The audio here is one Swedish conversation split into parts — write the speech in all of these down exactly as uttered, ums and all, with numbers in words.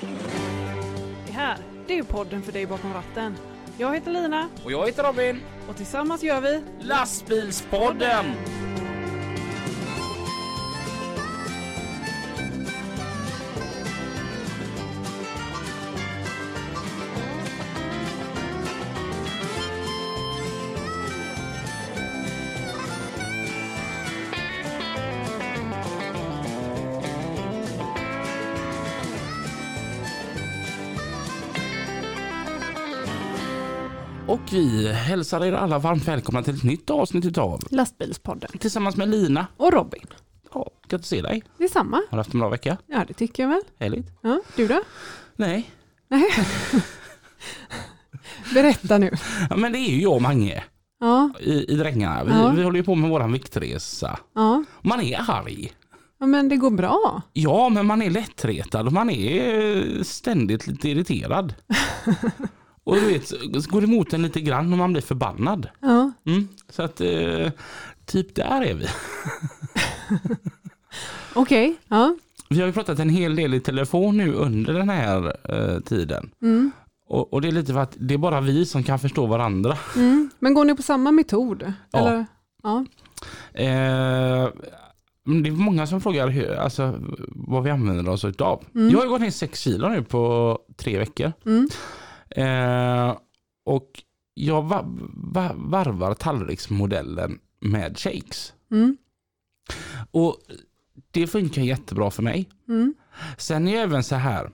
Det här, det är podden för dig bakom ratten. Jag heter Lina. Och jag heter Robin. Och tillsammans gör vi Lastbilspodden! Och vi hälsar er alla varmt välkomna till ett nytt avsnitt utav Lastbilspodden. Tillsammans med Lina. Och Robin. Ja, gött att se dig. Det är samma. Har du haft en bra vecka? Ja, det tycker jag väl. Härligt. Ja, du då? Nej. Nej. Berätta nu. Ja, men det är ju jag och Mange Ja. i, i Drängarna. Vi, Ja. vi håller ju på med våran viktresa. Ja. Man är arg. Ja, men det går bra. Ja, men man är lättretad och man är ständigt lite irriterad. Och du vet, går emot en lite grann och man blir förbannad. Ja. Mm, så att eh, typ där är vi. Okej. Okay. Ja. Vi har ju pratat en hel del i telefon nu under den här eh, tiden. Mm. Och, och det är lite för att det är bara vi som kan förstå varandra. Mm. Men går ni på samma metod? Ja. Eller? Ja. Eh, det är många som frågar hur, alltså, vad vi använder oss utav. Mm. Jag har gått ner sex kilo nu på tre veckor. Mm. Eh, och jag va- va- varvar tallriksmodellen med shakes. Mm. Och det funkar jättebra för mig. Mm. Sen är jag även så här.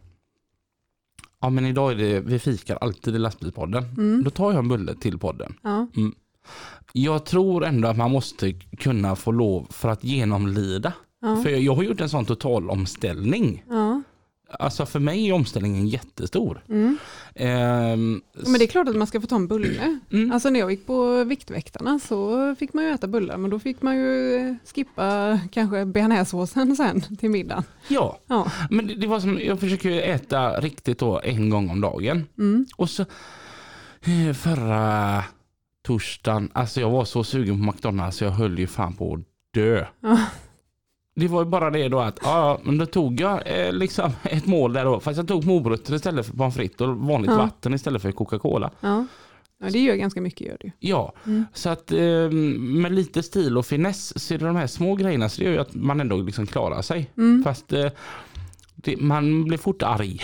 Ja, men idag är det, vi fikar alltid i lastbilspodden. Mm. Då tar jag en bulle till podden. Ja. Mm. Jag tror ändå att man måste kunna få lov för att genomlida. Ja. För jag, jag har gjort en sån total omställning. Ja. Alltså för mig är omställningen jättestor. Mm. Ehm, Men det är klart att man ska få ta en bulle. Mm. Alltså när jag gick på Viktväktarna så fick man ju äta bullar. Men då fick man ju skippa kanske bearnaisesåsen sen till middagen. Ja, Ja. men det, det var som, jag försöker äta riktigt då en gång om dagen. Mm. Och så eh, förra torsdagen, alltså jag var så sugen på McDonald's så jag höll ju fan på att dö. Ja. Det var ju bara det då att, ja, men då tog jag eh, liksom ett mål där då. Fast jag tog morötter istället för pommes frites och vanligt Ja. vatten istället för Coca-Cola. Ja. Ja, det gör ganska mycket, gör det. Ja, Mm. så att eh, med lite stil och finess så är det de här små grejerna så det gör ju att man ändå liksom klarar sig. Mm. Fast eh, det, man blir fort arg.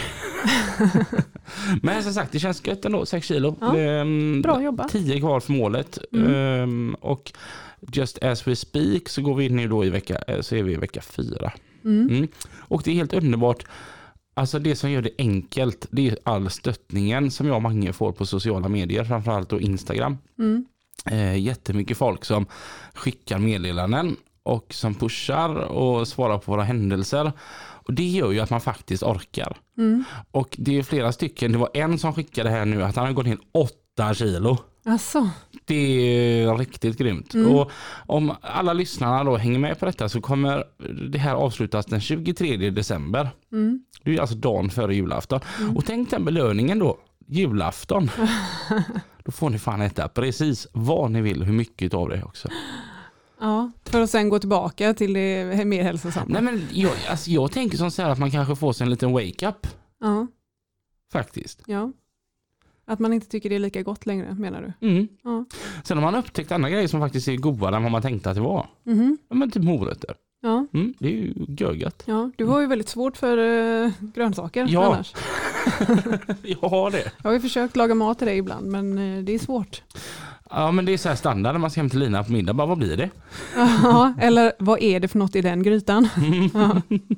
Men som sagt, det känns gött ändå, sex kilo. Ja. Ehm, Bra jobbat. tio kvar för målet. Mm. Ehm, och just as we speak så går vi in nu då i vecka, så är vi i vecka fyra. Mm. Mm. Och det är helt underbart. Alltså det som gör det enkelt, det är all stöttningen som jag och Mange får på sociala medier, framförallt då Instagram. Mm. Eh, jättemycket folk som skickar meddelanden och som pushar och svarar på våra händelser. Och det gör ju att man faktiskt orkar. Mm. Och det är flera stycken, det var en som skickade här nu att han har gått ner åtta kilo. Alltså. Det är riktigt grymt. Mm. Och om alla lyssnarna då hänger med på detta så kommer det här avslutas den tjugotredje december. Mm. Det är alltså dagen före julafton. Mm. Och tänk den belöningen då, julafton. Då får ni fan äta precis vad ni vill, hur mycket av det också. Ja, för att sen gå tillbaka till det mer hälsosamma. Nej men jag, alltså jag tänker som så här att man kanske får sig en liten wake-up. Ja, Faktiskt. ja. Att man inte tycker det är lika gott längre, menar du? Mm. Ja. Sen har man upptäckt andra grejer som faktiskt är godare än vad man tänkte att det var. Mhm. Ja, men typ morötter. Ja. Mm, det är ju görgött. Ja, du har ju väldigt svårt för uh, grönsaker Ja. annars. Jag har det. Jag har ju försökt laga mat till dig ibland, men uh, det är svårt. Ja, men det är så här standard när man ska hem till Lina på middag. Bara, vad blir det? Ja, eller vad är det för något i den grytan? Ja.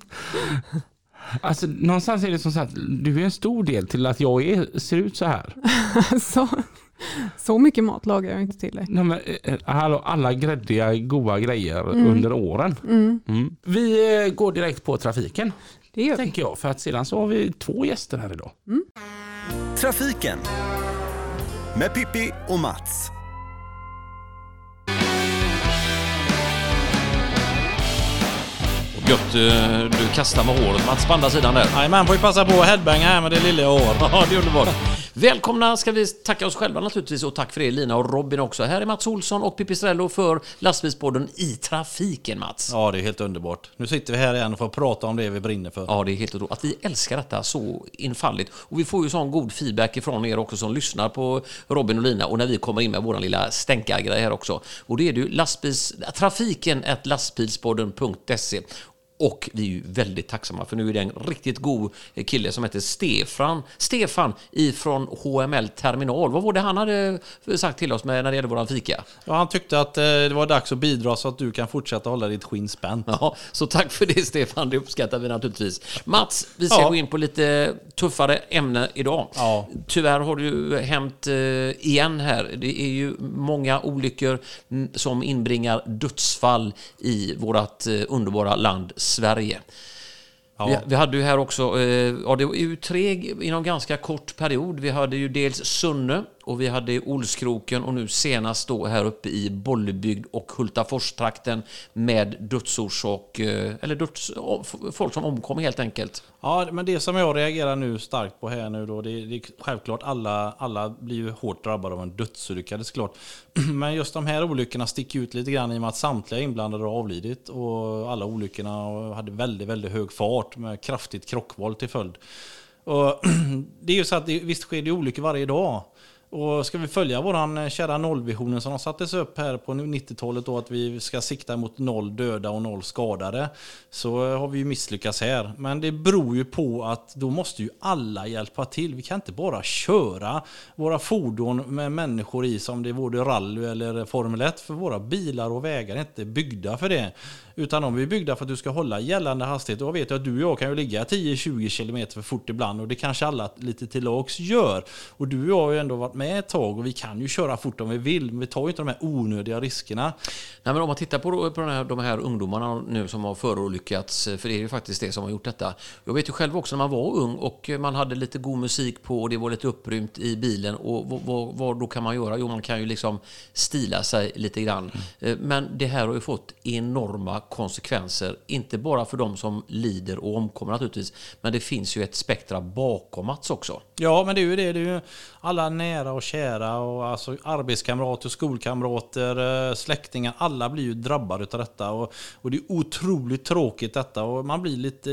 Alltså, någonstans är det som så att du är en stor del till att jag är, ser ut så här. så, så mycket mat lagar jag inte till dig. Nej, men, eh, hallå, alla gräddiga, goda grejer Mm. under åren. Mm, Mm. Vi eh, går direkt på trafiken, det gör vi. tänker jag. För att sedan så har vi två gäster här idag. Trafiken med Pippi och Mats. Gött, du kastar med håret Mats på andra sidan där. Nej, man får ju passa på att headbanga här med det lilla håret. Ja, det är underbart. Välkomna ska vi tacka oss själva naturligtvis och tack för det Lina och Robin också. Här är Mats Olsson och Pippi Strello för Lastbilspodden i trafiken, Mats. Ja, det är helt underbart. Nu sitter vi här igen och får prata om det vi brinner för. Ja, det är helt otroligt. Att vi älskar detta så infalligt. Och vi får ju sån god feedback ifrån er också som lyssnar på Robin och Lina och när vi kommer in med våran lilla stänkargrej här också. Och det är ju lastbils, trafiken at lastbilspodden punkt se. Och vi är ju väldigt tacksamma för nu är det en riktigt god kille som heter Stefan. Stefan ifrån H M L Terminal. Vad var det han hade sagt till oss med när det gällde våran fika? Ja, han tyckte att eh, det var dags att bidra så att du kan fortsätta hålla ditt skinn spänt. Ja, så tack för det Stefan, det uppskattar vi naturligtvis. Mats, vi ska ja. gå in på lite tuffare ämne idag. Ja. Tyvärr har det ju hänt eh, igen här. Det är ju många olyckor m, som inbringar dödsfall i vårt eh, underbara land Sverige. Ja. Vi, vi hade ju här också, eh, ja, det var ju tre inom ganska kort period. Vi hade ju dels Sunne och vi hade Olskroken och nu senast då här uppe i Bollebygd och Hultaforstrakten med dödsorsak, eh, eller döds, folk som omkom helt enkelt. Ja, men det som jag reagerar nu starkt på här nu då, det är, det är självklart alla, alla blir ju hårt drabbade av en dödsolycka, det är klart. Men just de här olyckorna sticker ut lite grann i och med att samtliga inblandade har avlidit och alla olyckorna hade väldigt, väldigt hög fart med kraftigt krockvåld till följd. Och det är ju så att det, visst sker det olyckor varje dag. Och ska vi följa våran kära nollvisionen som de sattes upp här på nittiotalet då, att vi ska sikta mot noll döda och noll skadade, så har vi ju misslyckats här. Men det beror ju på att då måste ju alla hjälpa till. Vi kan inte bara köra våra fordon med människor i som det är både rally eller Formel ett, för våra bilar och vägar är inte byggda för det. Utan de är byggda för att du ska hålla gällande hastighet. Och jag vet att du och jag kan ju ligga tio till tjugo kilometer för fort ibland. Och det kanske alla lite till lags gör. Och du och jag har ju ändå varit med ett tag. Och vi kan ju köra fort om vi vill. Men vi tar ju inte de här onödiga riskerna. Nej, men om man tittar på, på den här, de här ungdomarna nu som har förolyckats. För det är ju faktiskt det som har gjort detta. Jag vet ju själv också när man var ung och man hade lite god musik på. Och det var lite upprymt i bilen. Och vad, vad, vad då kan man göra? Jo, man kan ju liksom stila sig lite grann. Mm. Men det här har ju fått enorma konsekvenser, inte bara för de som lider och omkommer naturligtvis, men det finns ju ett spektra bakom Mats också. Ja, men det är ju det, det är ju alla nära och kära och alltså arbetskamrater, skolkamrater, släktingar, alla blir ju drabbade av detta och, och det är otroligt tråkigt detta och man blir lite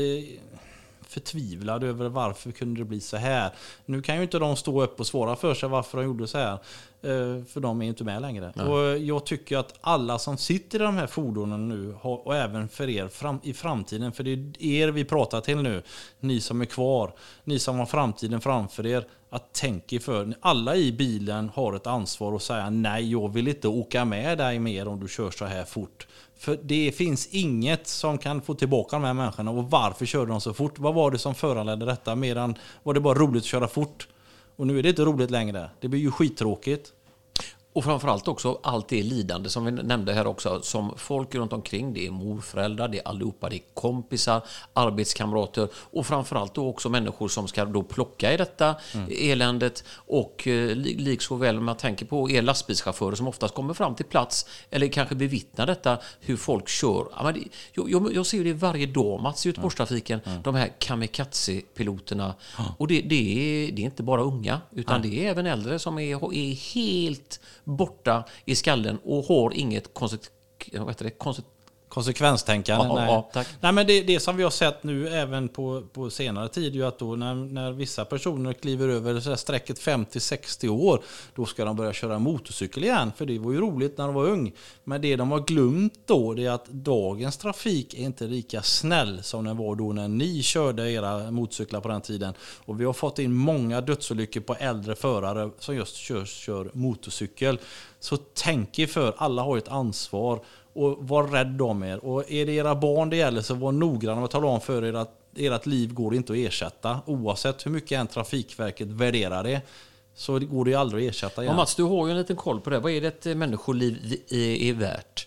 förtvivlad över varför kunde det bli så här. Nu kan ju inte de stå upp och svara för sig varför de gjorde så här. För de är inte med längre. Nej. Och jag tycker att alla som sitter i de här fordonen nu har, och även för er fram, i framtiden, för det är er vi pratar till nu, ni som är kvar, ni som har framtiden framför er, att tänka för. Alla i bilen har ett ansvar att säga nej, jag vill inte åka med dig mer om du kör så här fort. För det finns inget som kan få tillbaka de här människorna. Och varför körde de så fort? Vad var det som föranledde detta? Medan var det bara roligt att köra fort? Och nu är det inte roligt längre. Det blir ju skittråkigt. Och framförallt också allt det lidande som vi nämnde här också, som folk runt omkring, det är morföräldrar, det är allihopa, det är kompisar, arbetskamrater och framförallt då också människor som ska då plocka i detta mm. eländet och eh, lik så väl man tänker på er lastbilschaufförer som oftast kommer fram till plats eller kanske bevittnar detta, hur folk kör. Ja, men det, jag, jag ser ju det varje dag, Mats, i Göteborgstrafiken, mm. de här kamikaze-piloterna mm. och det, det, är, det är inte bara unga utan mm. det är även äldre som är, är helt borta i skallen och har inget konse- vad heter det? Konse- konsekvenstänkande. Ja, nej. Ja, tack. nej, men det, det som vi har sett nu även på, på senare tid är ju att då när, när vissa personer kliver över så här sträcket femtio till sextio år, då ska de börja köra motorcykel igen, för det var ju roligt när de var ung. Men det de har glömt då, det är att dagens trafik är inte lika snäll som den var då när ni körde era motorcyklar på den tiden. Och vi har fått in många dödsolyckor på äldre förare som just kör, kör motorcykel. Så tänk er för, alla har ett ansvar. Och var rädd om er. Och är det era barn det gäller, så var noggranna med att tala om för er att ert liv går inte att ersätta. Oavsett hur mycket än Trafikverket värderar det, så går det ju aldrig att ersätta igen. Ja, Mats, du har ju en liten koll på det. Vad är det ett människoliv är värt?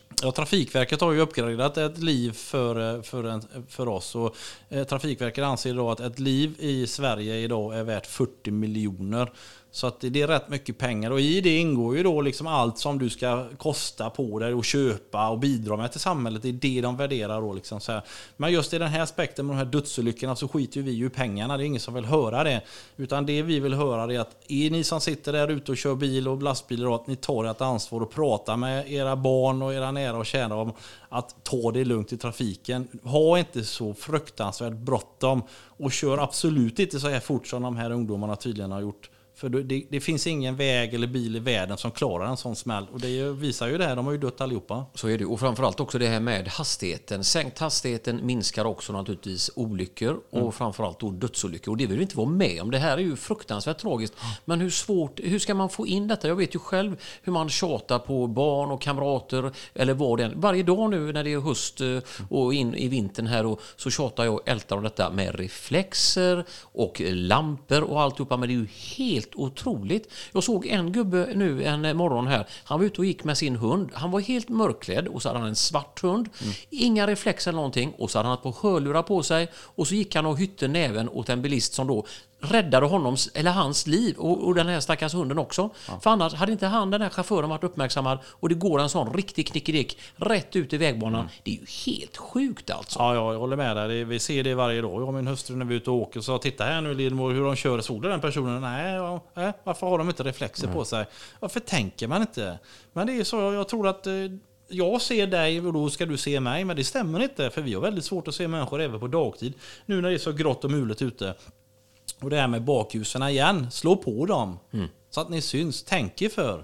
Ja, Trafikverket har ju uppgraderat ett liv för, för, en, för oss. Och, eh, Trafikverket anser då att ett liv i Sverige idag är värt fyrtio miljoner. Så att det, det är rätt mycket pengar. Och i det ingår ju då liksom allt som du ska kosta på dig och köpa och bidra med till samhället. Det är det de värderar då. Liksom så här. Men just i den här aspekten med de här dödsolyckorna så skiter vi ju i pengarna. Det är ingen som vill höra det. Utan det vi vill höra är att är ni som sitter där ute och kör bil och lastbilar, att ni tar ert ansvar och pratar med era barn och era nära och kära om att ta det lugnt i trafiken. Ha inte så fruktansvärt bråttom och kör absolut inte så här fort som de här ungdomarna tydligen har gjort. För det, det finns ingen väg eller bil i världen som klarar en sån smäll. Och det visar ju det här, de har ju dött allihopa. Så är det. Och framförallt också det här med hastigheten. Sänkt hastigheten minskar också naturligtvis olyckor och mm. framförallt då dödsolyckor. Och det vill vi inte vara med om. Det här är ju fruktansvärt tragiskt. Men hur svårt, hur ska man få in detta? Jag vet ju själv hur man tjatar på barn och kamrater eller vad det är. Varje dag nu när det är höst och in i vintern här och så tjatar jag och ältar om detta med reflexer och lampor och alltihopa. Men det är ju helt otroligt. Jag såg en gubbe nu en morgon här. Han var ute och gick med sin hund. Han var helt mörklädd och så hade han en svart hund. Mm. Inga reflexer eller någonting. Och så hade han ett par hörlurar på sig. Och så gick han och hytte näven åt en bilist som då räddade honom eller hans liv och, och den här stackars hunden också. Ja. För annars hade inte han, den här chauffören, varit uppmärksammad och det går en sån riktig knickedick rätt ut i vägbanan. Mm. Det är ju helt sjukt alltså. Ja, jag håller med där. Vi ser det varje dag. Jag och min hustru när vi är ute och åker så titta här nu Lidmor hur de kör. Såg du den personen? Nej, ja, nej, varför har de inte reflexer mm. på sig? Varför tänker man inte? Men det är så, jag tror att jag ser dig och då ska du se mig, men det stämmer inte för vi har väldigt svårt att se människor även på dagtid. Nu när det är så grått och mulet ute. Och det här med bakljusen igen, slå på dem mm. så att ni syns, tänk er för.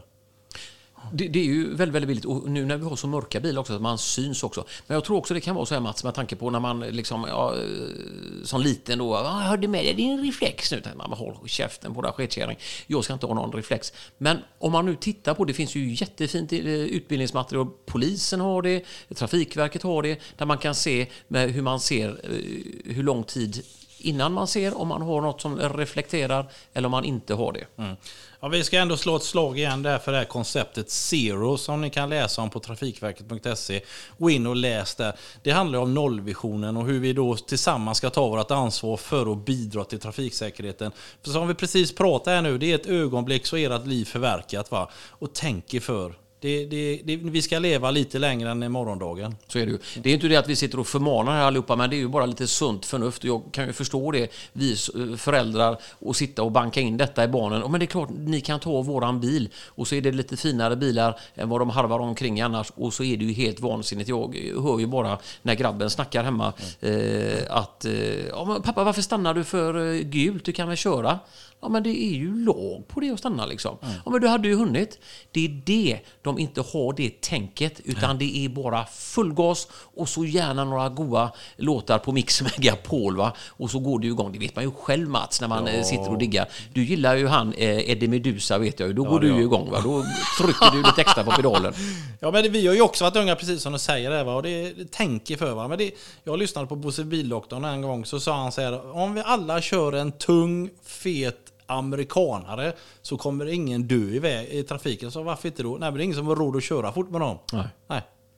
Det, det är ju väldigt, väldigt billigt och nu när vi har så mörka bilar också att man syns också. Men jag tror också det kan vara så här Mats med tanke på när man liksom ja, som liten då, jag hörde med dig, det är en reflex nu. Man bara håller käften på den sketkärring. Jag ska inte ha någon reflex. Men om man nu tittar på, det finns ju jättefint utbildningsmaterial. Polisen har det, Trafikverket har det, där man kan se med hur man ser hur lång tid innan man ser om man har något som reflekterar eller om man inte har det. Mm. Ja, vi ska ändå slå ett slag igen där för det här konceptet Zero som ni kan läsa om på trafikverket punkt se. Gå in och läs där. Det handlar om nollvisionen och hur vi då tillsammans ska ta vårt ansvar för att bidra till trafiksäkerheten. För som vi precis pratar här nu, det är ett ögonblick så är ert liv förverkat, va? Och tänk er för. Det, det, det, vi ska leva lite längre än i morgondagen. Så är det ju. Det är inte det att vi sitter och förmanar här allihopa, men det är ju bara lite sunt förnuft. Jag kan ju förstå det, vi föräldrar, och sitta och banka in detta i barnen. Men det är klart, ni kan ta våran bil och så är det lite finare bilar än vad de harvar omkring annars. Och så är det ju helt vansinnigt. Jag hör ju bara när grabben snackar hemma mm. eh, att eh, ja, men pappa, varför stannar du för eh, gult? Du kan väl köra? Ja, men det är ju lag på det att stanna liksom. Mm. Ja, men du hade ju hunnit. Det är det de inte har, det tänket, utan mm. det är bara fullgas och så gärna några goda låtar på Mix Megapol, va? Och så går det ju igång. Det vet man ju själv Mats när man ja. sitter och diggar. Du gillar ju han eh, Eddie Meduza, vet jag ju. Då ja, går du ju ja. igång, va? Då trycker du lite extra på pedalen. Ja, men det, vi har ju också varit unga, precis som du säger det, va? Och det, det tänker för, va? Men det, jag lyssnade på Bosse Bildoktorn en gång, så sa han så här: om vi alla kör en tung, fet amerikanare så kommer ingen dö i, väg, i trafiken. Så varför inte då? Nej, men det är ingen som har råd att köra fort med dem. Nej. Nej.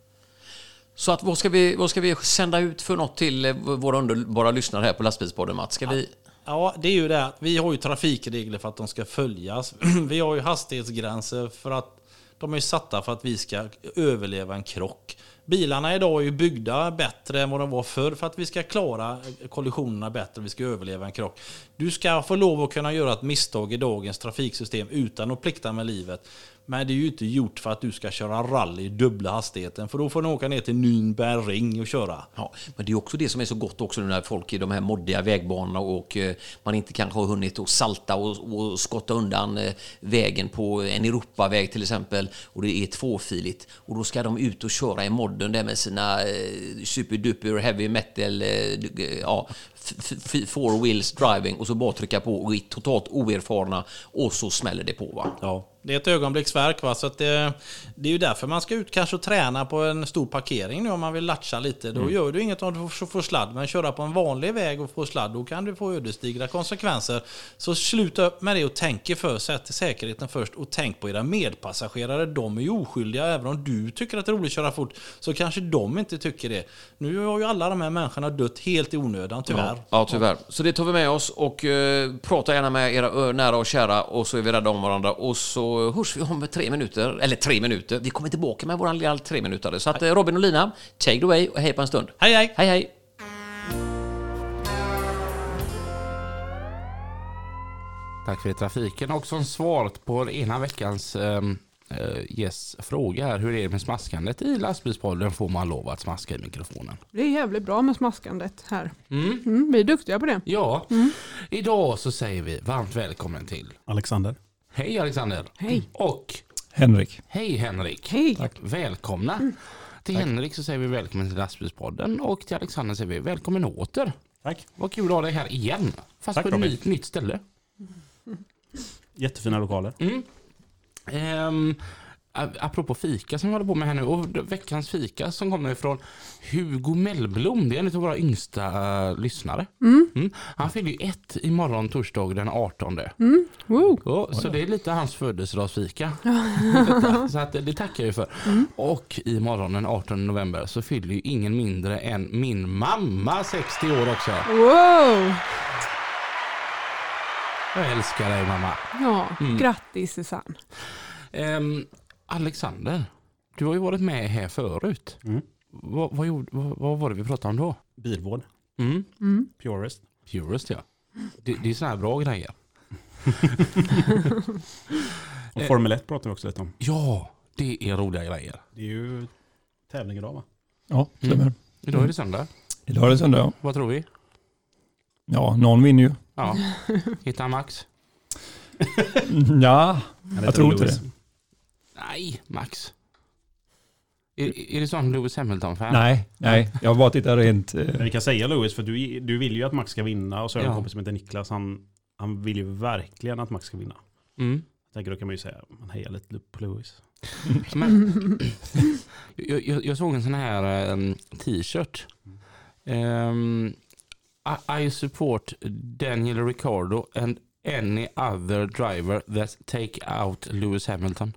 Så att, vad, ska vi, vad ska vi sända ut för något till våra underbara lyssnare här på Lastbilspodden, Mats? Ska vi... Ja, det är ju det. Vi har ju trafikregler för att de ska följas. Vi har ju hastighetsgränser för att de är satta för att vi ska överleva en krock. Bilarna idag är ju byggda bättre än vad de var förr för att vi ska klara kollisionerna bättre, vi ska överleva en krock. Du ska få lov att kunna göra ett misstag i dagens trafiksystem utan att plikta med livet. Men det är ju inte gjort för att du ska köra rally i dubbla hastigheten, för då får du åka ner till Nürnbergring och köra. Ja, men det är också det som är så gott också när folk i de här moddiga vägbanorna och eh, man inte kanske har hunnit att salta och, och skotta undan eh, vägen på en Europaväg till exempel, och det är tvåfiligt, och då ska de ut och köra i modden där med sina eh, superduper heavy metal eh, ja, f- f- four wheels driving och så bara trycka på och är totalt oerfarna och så smäller det på, va? Ja, det är ett ögonblicksverk, va? Så att det, det är ju därför man ska ut kanske och träna på en stor parkering nu om man vill latcha lite. Då mm. gör du inget om du får, får sladd, men köra på en vanlig väg och få sladd, då kan du få ödesdigra konsekvenser. Så sluta upp med det och tänk för, sätt säkerheten först och tänk på era medpassagerare. De är ju oskyldiga, även om du tycker att det är roligt att köra fort så kanske de inte tycker det. Nu har ju alla de här människorna dött helt i onödan, tyvärr. Ja, ja tyvärr. Så det tar vi med oss och eh, prata gärna med era nära och kära och så är vi rädda om varandra och så hörs vi om tre minuter, eller tre minuter. Vi kommer tillbaka med våran lilla tre minuter. Så att eh, Robin och Lina, take it away och hej på en stund. Hej hej! Hej hej! Tack för trafiken. Och som svar på ena veckans um, uh, yes, fråga här, hur är det med smaskandet i lastbilspodden? Får man lov att smaska i mikrofonen? Det är jävligt bra med smaskandet här. Mm. Mm, vi är duktiga på det. Ja, mm. Idag så säger vi varmt välkommen till Alexander. Hej Alexander. Hej. Och Henrik. Hej Henrik. Hej. Tack. Välkomna. Mm. Till Tack. Henrik så säger vi välkommen till lastbilspodden och till Alexander säger vi välkommen åter. Tack. Vad kul att ha dig här igen. Fast Tack, på ett nytt, nytt ställe. Jättefina lokaler. Mm. Um, apropå fika som vi håller på med här nu, och veckans fika som kommer ifrån Hugo Mellblom, det är en av våra yngsta uh, lyssnare. Mm. Mm. Han fyller ju ett imorgon torsdag den artonde. Mm. Wow. Ja, så det är lite hans födelsedagsfika. Så att, det tackar jag för. Mm. Och imorgon den artonde november så fyller ju ingen mindre än min mamma sextio år också. Wow! Jag älskar dig mamma. Ja, mm. grattis Susanne. Um, Alexander, du har ju varit med här förut. Mm. Vad, vad, gjorde, vad, vad var det vi pratade om då? Bilvård. Mm. Mm. Purist. Purist, ja. Det, det är såna här bra grejer. Och Formel ett pratar vi också lite om. Ja, det är roliga grejer. Det är ju tävling idag, va? Ja, stämmer. Mm. Idag är det söndag. Idag är det söndag, ja. Vad tror vi? Ja, någon vinner ju. Ja, hittar Max? Ja, jag tror inte det. Nej, Max. Är, är det sån Lewis Hamilton-fan? Nej, nej. Jag har bara tittat rent... Men vi kan säga Lewis, för du, du vill ju att Max ska vinna. Och så är det ja. en kompis som heter Niklas. Han, han vill ju verkligen att Max ska vinna. Mm. Jag tänker, då kan man ju säga man hejar lite på Lewis. Men, jag, jag, jag såg en sån här um, t-shirt. Um, I, I support Daniel Ricciardo and any other driver that take out Lewis Hamilton.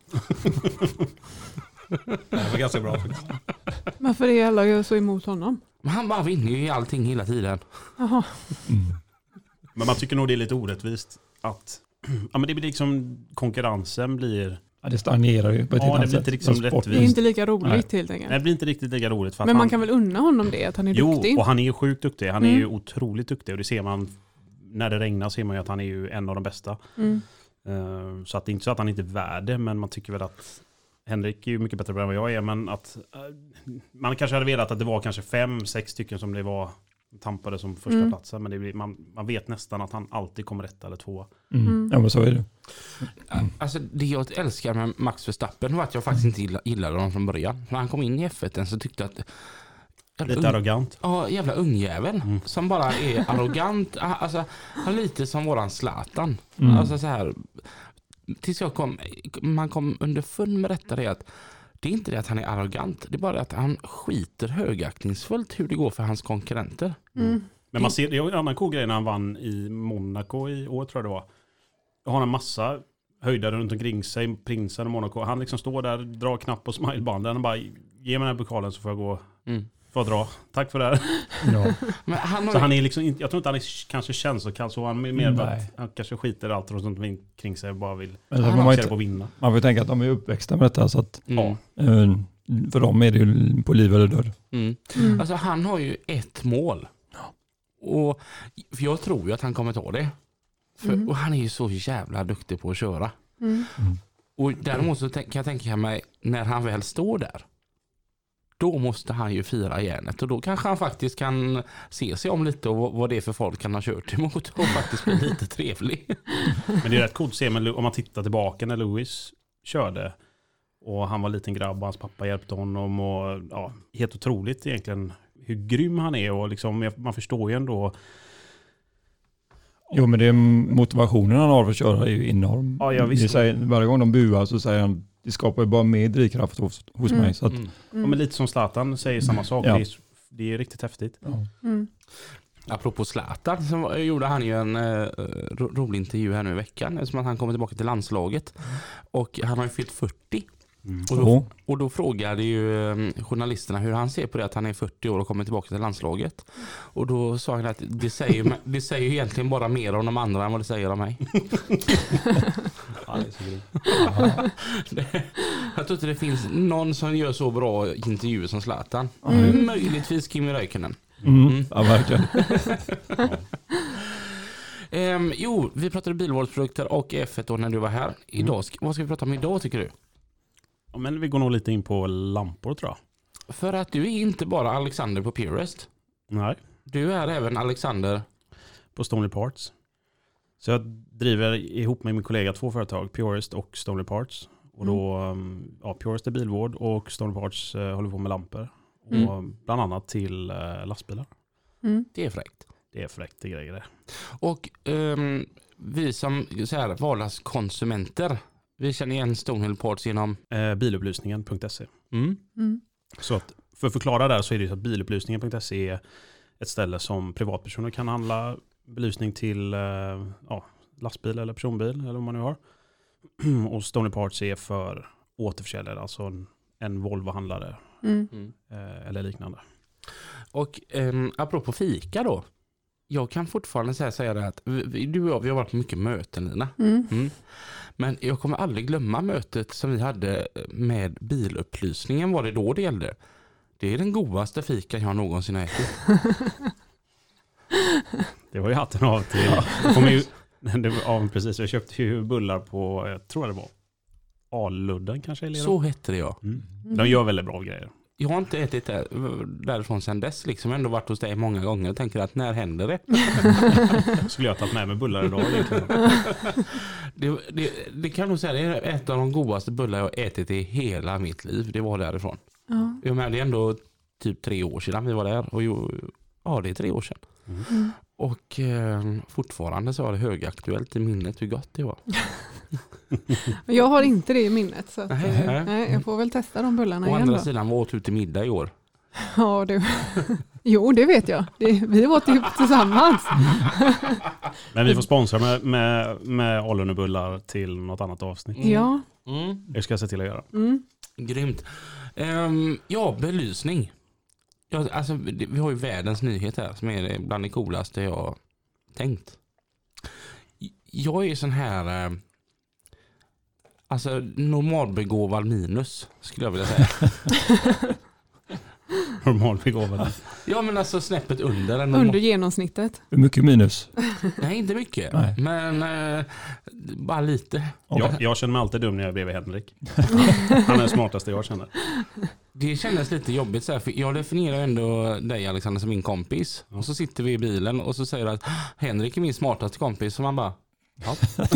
Det var ganska bra faktiskt. Varför är alla gör så emot honom? Men han bara vinner ju i allting hela tiden. Jaha. Mm. Men man tycker nog det är lite orättvist att ja, men det blir liksom konkurrensen blir... Ja, det stagnerar ju på ett ja, helt det blir inte liksom rättvist. Det är inte lika roligt Nej. helt enkelt. Nej, det blir inte riktigt lika roligt. För Men man han... kan väl unna honom det, att han är jo, duktig? Jo, och han är ju sjukt duktig. Han mm. är ju otroligt duktig. Och det ser man, när det regnar ser man ju att han är ju en av de bästa. Mm. Uh, så att det är inte så att han inte är värd det, men man tycker väl att Henrik är ju mycket bättre än vad jag är. Men att uh, man kanske hade velat att det var kanske fem, sex stycken som det var tampade som första mm. platsen. Men det blir, man, man vet nästan att han alltid kommer rätt eller två. Mm. Mm. Ja, men så är det. Mm. Alltså det jag älskar med Max Verstappen var att jag faktiskt inte gillade honom från början. När han kom in i F ett så tyckte jag att lite ung, arrogant. Ja, jävla ungjävel mm. som bara är arrogant. Alltså han är lite som våran Zlatan. Mm. Alltså så här, tills jag kom man kom underfund med detta, det är att det är inte det att han är arrogant, det är bara att han skiter högaktningsfullt hur det går för hans konkurrenter. Mm. Men man ser, det är en annan cool grej när han vann i Monaco i år, tror jag det var. Då har han en massa höjdare runt omkring sig, prinsen och Monaco. Han liksom står där, drar knapp på smilebanden och bara, ge mig den här pokalen så får jag gå, mm. får jag dra. Tack för det här. Ja. Men han har... Så han är liksom, jag tror inte han är kanske känslokall, så han är mer mm, att han kanske skiter allt runt omkring sig och bara vill man på att vinna. Man får tänka att de är uppväxta med detta, så att mm. ja, för dem är det ju på liv eller död. Mm. Mm. Alltså han har ju ett mål. Och för jag tror ju att han kommer ta det. För, mm. Och han är ju så jävla duktig på att köra. Mm. Mm. Och däremot så kan jag tänka mig, när han väl står där, då måste han ju fira järnet. Och då kanske han faktiskt kan se sig om lite och vad det är för folk han har kört emot och faktiskt bli lite trevlig. Men det är rätt coolt att se, men om man tittar tillbaka när Lewis körde och han var liten grabb och hans pappa hjälpte honom. Och, ja, helt otroligt egentligen hur grym han är. Och liksom, man förstår ju ändå Jo, men det är motivationen han har för att köra är ju enorm. Ja, jag visste. Det säger, varje gång de buar så säger han det skapar ju bara mer drivkraft hos, hos Mm. mig. Så att, Mm. Ja, men lite som Zlatan säger samma sak. Ja. Det, är, det är riktigt häftigt. ja. Mm. Apropå Zlatan så var- gjorde han ju en uh, ro- rolig intervju här nu i veckan eftersom att han kommer tillbaka till landslaget. Och han har ju fyllt fyrtio. Mm. Och, då, Ja. och då frågade ju um, journalisterna hur han ser på det att han är fyrtio år och kommer tillbaka till landslaget. Och då sa han att det säger, det säger ju egentligen bara mer om de andra än vad det säger om mig. Ja, det är så grymt. Det- Jag tror inte det finns någon som gör så bra intervjuer som Zlatan. Mm. Möjligtvis Kimi Räikkönen. Mm. Ja, verkligen. Ehm, jo, vi pratade bilvårdsprodukter och F ett då när du var här. Idag, sk- vad ska vi prata om idag tycker du? Ja, men vi går nog lite in på lampor tror jag. För att du är inte bara Alexander på Purest. Nej, Du är även Alexander. på Stonely Parts. Så jag driver ihop med min kollega två företag, Purest och Stonely Parts. Och då, um, ja, Purest är bilvård och Stonely Parts uh, håller på med lampor. Mm. Och bland annat till uh, lastbilar. Mm. Det är fräckt. Det är fräckt det grejer det. Och ehm, vi som så här, vardagskonsumenter, vi känner igen Stonely Parts genom... Uh, bilupplysningen punkt se. Mm. Mm. Så att, för att förklara där så är det så att bilupplysningen punkt se är ett ställe som privatpersoner kan handla belysning till uh, ja, lastbil eller personbil eller vad man nu har. Och Stonely Parts är för återförsäljare, alltså en, en Volvo-handlare Mm. Mm. eh, eller liknande. Och um, apropå fika då. Jag kan fortfarande säga, säga det att vi, vi- du och jag vi har varit på mycket möten, Lina. Mm. Mm. Men jag kommer aldrig glömma mötet som vi hade med bilupplysningen. Var det då det gällde? Det är den godaste fikan jag någonsin har ätit. Det var ju hatten av till... Får man ju, det var, ja, precis. Jag köpte ju bullar på, jag tror det var Aludden kanske. Eller Så hette det, ja. mm. De gör väldigt bra grejer. Jag har inte ätit där, därifrån sedan dess. Liksom. Jag har ändå varit hos dig många gånger och tänker att när händer det? Skulle jag tagit med mig bullar idag egentligen. Det, det, det kan nog säga det är ett av de godaste bullar jag ätit i hela mitt liv. Det var därifrån. Ja. Jag menar, det är ändå typ tre år sedan vi var där. Och jo, ja, det är tre år sedan. Mm. Och eh, fortfarande så var det högaktuellt i minnet hur gott det var. Men jag har inte det i minnet. Så att, Nej, eh, nej. nej, jag får väl testa de bullarna Å igen andra då. sidan var åt ut till middag i år. Ja, det, jo, det vet jag. Det, vi åt ihop tillsammans. Men vi får sponsra med, med, med Aluddenbullar till något annat avsnitt. Mm. Ja. Mm. Det ska jag se till att göra. Mm. Grymt. Ehm, ja, belysning. Ja, alltså, det- vi har ju världens nyhet här som är bland det coolaste jag har tänkt. Jag är sån här eh, alltså normalbegåvad minus skulle jag vilja säga. Normalbegåvad. Ja, men alltså snäppet under en Under normal... genomsnittet. Hur mycket minus? Nej, inte mycket. Nej. Men eh, bara lite. Jag, jag känner mig alltid dum när jag är bredvid Henrik. Han är den smartaste jag känner. Det kändes lite jobbigt så här, för jag definierar ändå dig, Alexander, som min kompis. Och så sitter vi i bilen och så säger du att Henrik är min smartaste kompis. Så man bara, ja.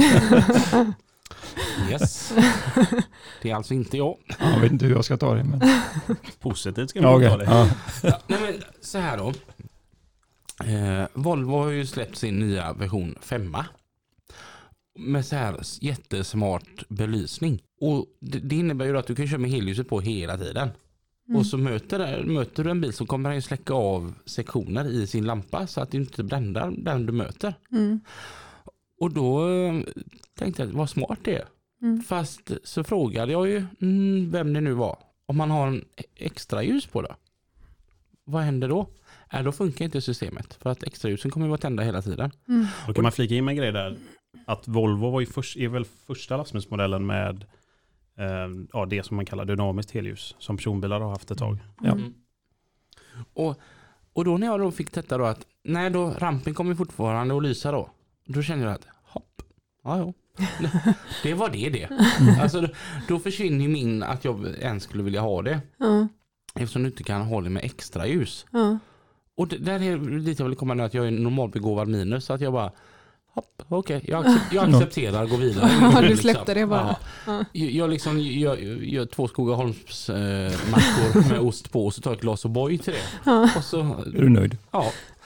Yes. Det är alltså inte jag. Jag vet inte hur jag ska ta det. Men... Positivt ska Ja, man okej. ta det. Ja. Ja, nej men så här då. Eh, Volvo har ju släppt sin nya version femma. Med så här jättesmart belysning. Och det, det innebär ju att du kan köra med helljuset på hela tiden. Mm. Och så möter, möter du en bil så kommer han ju släcka av sektioner i sin lampa så att du inte brändar den du möter. Mm. Och då eh, tänkte jag, vad smart det är. Mm. Fast så frågade jag ju mm, vem det nu var. Om man har en extra ljus på det. Vad händer då? Äh, då funkar inte systemet. För att extra ljusen kommer att vara tända hela tiden. Mm. Då kan man flika in med en grej där. Att Volvo var ju först, är väl första lastbilsmodellen med eh, ja, det som man kallar dynamiskt helljus. Som personbilar har haft ett tag. Ja. Mm. Och, och då när jag då fick detta då att nej, då rampen kommer fortfarande att lysa då. Då kände jag att hopp, ja ja. Det var det det. Alltså då, då försvinner min att jag ens skulle vilja ha det. Ja. Eftersom du inte kan ha det med extra ljus. Ja. Och det, där är lite jag vill komma nu att jag är normalbegåvad minus. Så att jag bara, hopp, okej, okay, jag, accept, jag accepterar, gå vidare. Ja, du Liksom. släppte det bara. Ja. Jag, jag liksom gör, gör två Skogaholms eh, mackor med ost på och så tar jag ett glas O'boy till det. Ja. Och så, Är du nöjd? ja.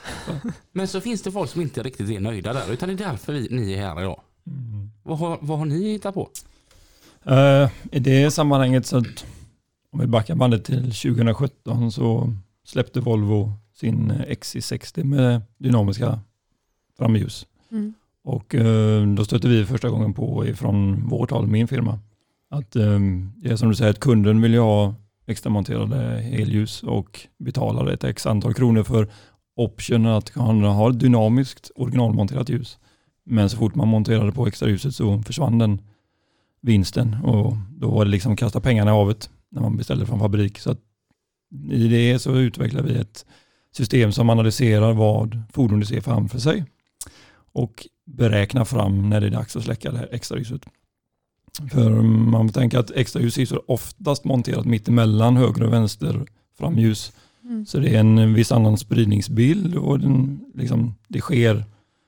Men så finns det folk som inte riktigt är nöjda där, utan det är därför vi, ni är här idag. Mm. Vad, har, vad har ni hittat på? Uh, I det sammanhanget, så att om vi backar bandet till tjugo sjutton, så släppte Volvo sin X C sextio med dynamiska framljus. Mm. Och uh, då stötte vi första gången på ifrån vårt håll, min firma, att um, det är som du säger, att kunden vill ju ha extra monterade helljus och betalar ett x antal kronor för option att han har dynamiskt originalmonterat ljus. Men så fort man monterade på extra ljuset så försvann den vinsten, och då var det liksom kasta pengarna i havet när man beställde från fabrik. Så att i det så utvecklar vi ett system som analyserar vad fordonet ser framför sig och beräknar fram när det är dags att släcka det här extra ljuset. För man tänker att extra ljus är så oftast monterat mitt emellan höger och vänster framljus. Mm. Så det är en viss annan spridningsbild, och den, liksom, det sker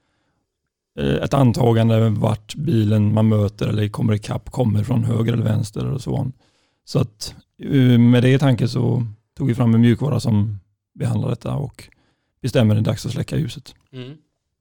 ett antagande vart bilen man möter eller kommer i kapp kommer från höger eller vänster och så. Så att med det i tanke så tog vi fram en mjukvara som behandlar detta och bestämmer det dags att släcka ljuset. Mm.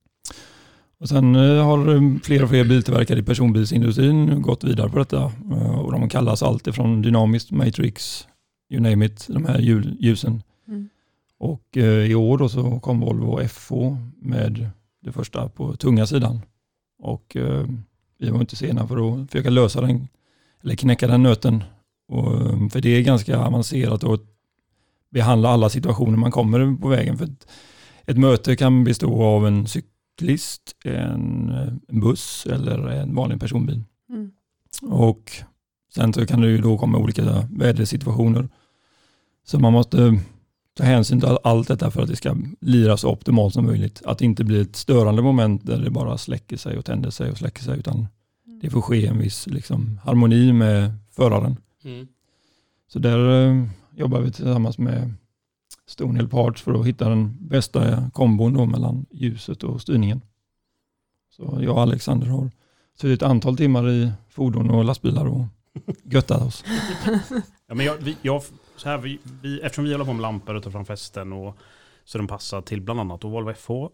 Och sen har fler och fler biltillverkare i personbilsindustrin gått vidare på detta, och de kallas allt ifrån dynamiskt, matrix, you name it, de här ljusen. Mm. Och i år då så kom Volvo F H med det första på tunga sidan, och eh, vi var inte sena för att försöka lösa den eller knäcka den nöten, och, för det är ganska avancerat att behandla alla situationer man kommer på vägen. För ett, ett möte kan bestå av en cyklist, en, en buss eller en vanlig personbil. Mm. Och sen så kan det ju då komma olika vädersituationer, så man måste ta hänsyn till allt detta för att det ska lira så optimalt som möjligt. Att det inte blir ett störande moment där det bara släcker sig och tänder sig och släcker sig, utan det får ske en viss liksom, harmoni med föraren. Mm. Så där eh, jobbar vi tillsammans med Stonehill Parts för att hitta den bästa kombon då mellan ljuset och styrningen. Så jag och Alexander har suttit ett antal timmar i fordon och lastbilar och göttat oss. Ja, men jag, vi, jag, så här, vi, vi, eftersom vi håller på med lampor och tar fram fästen och så de passar till bland annat och Volvo F H,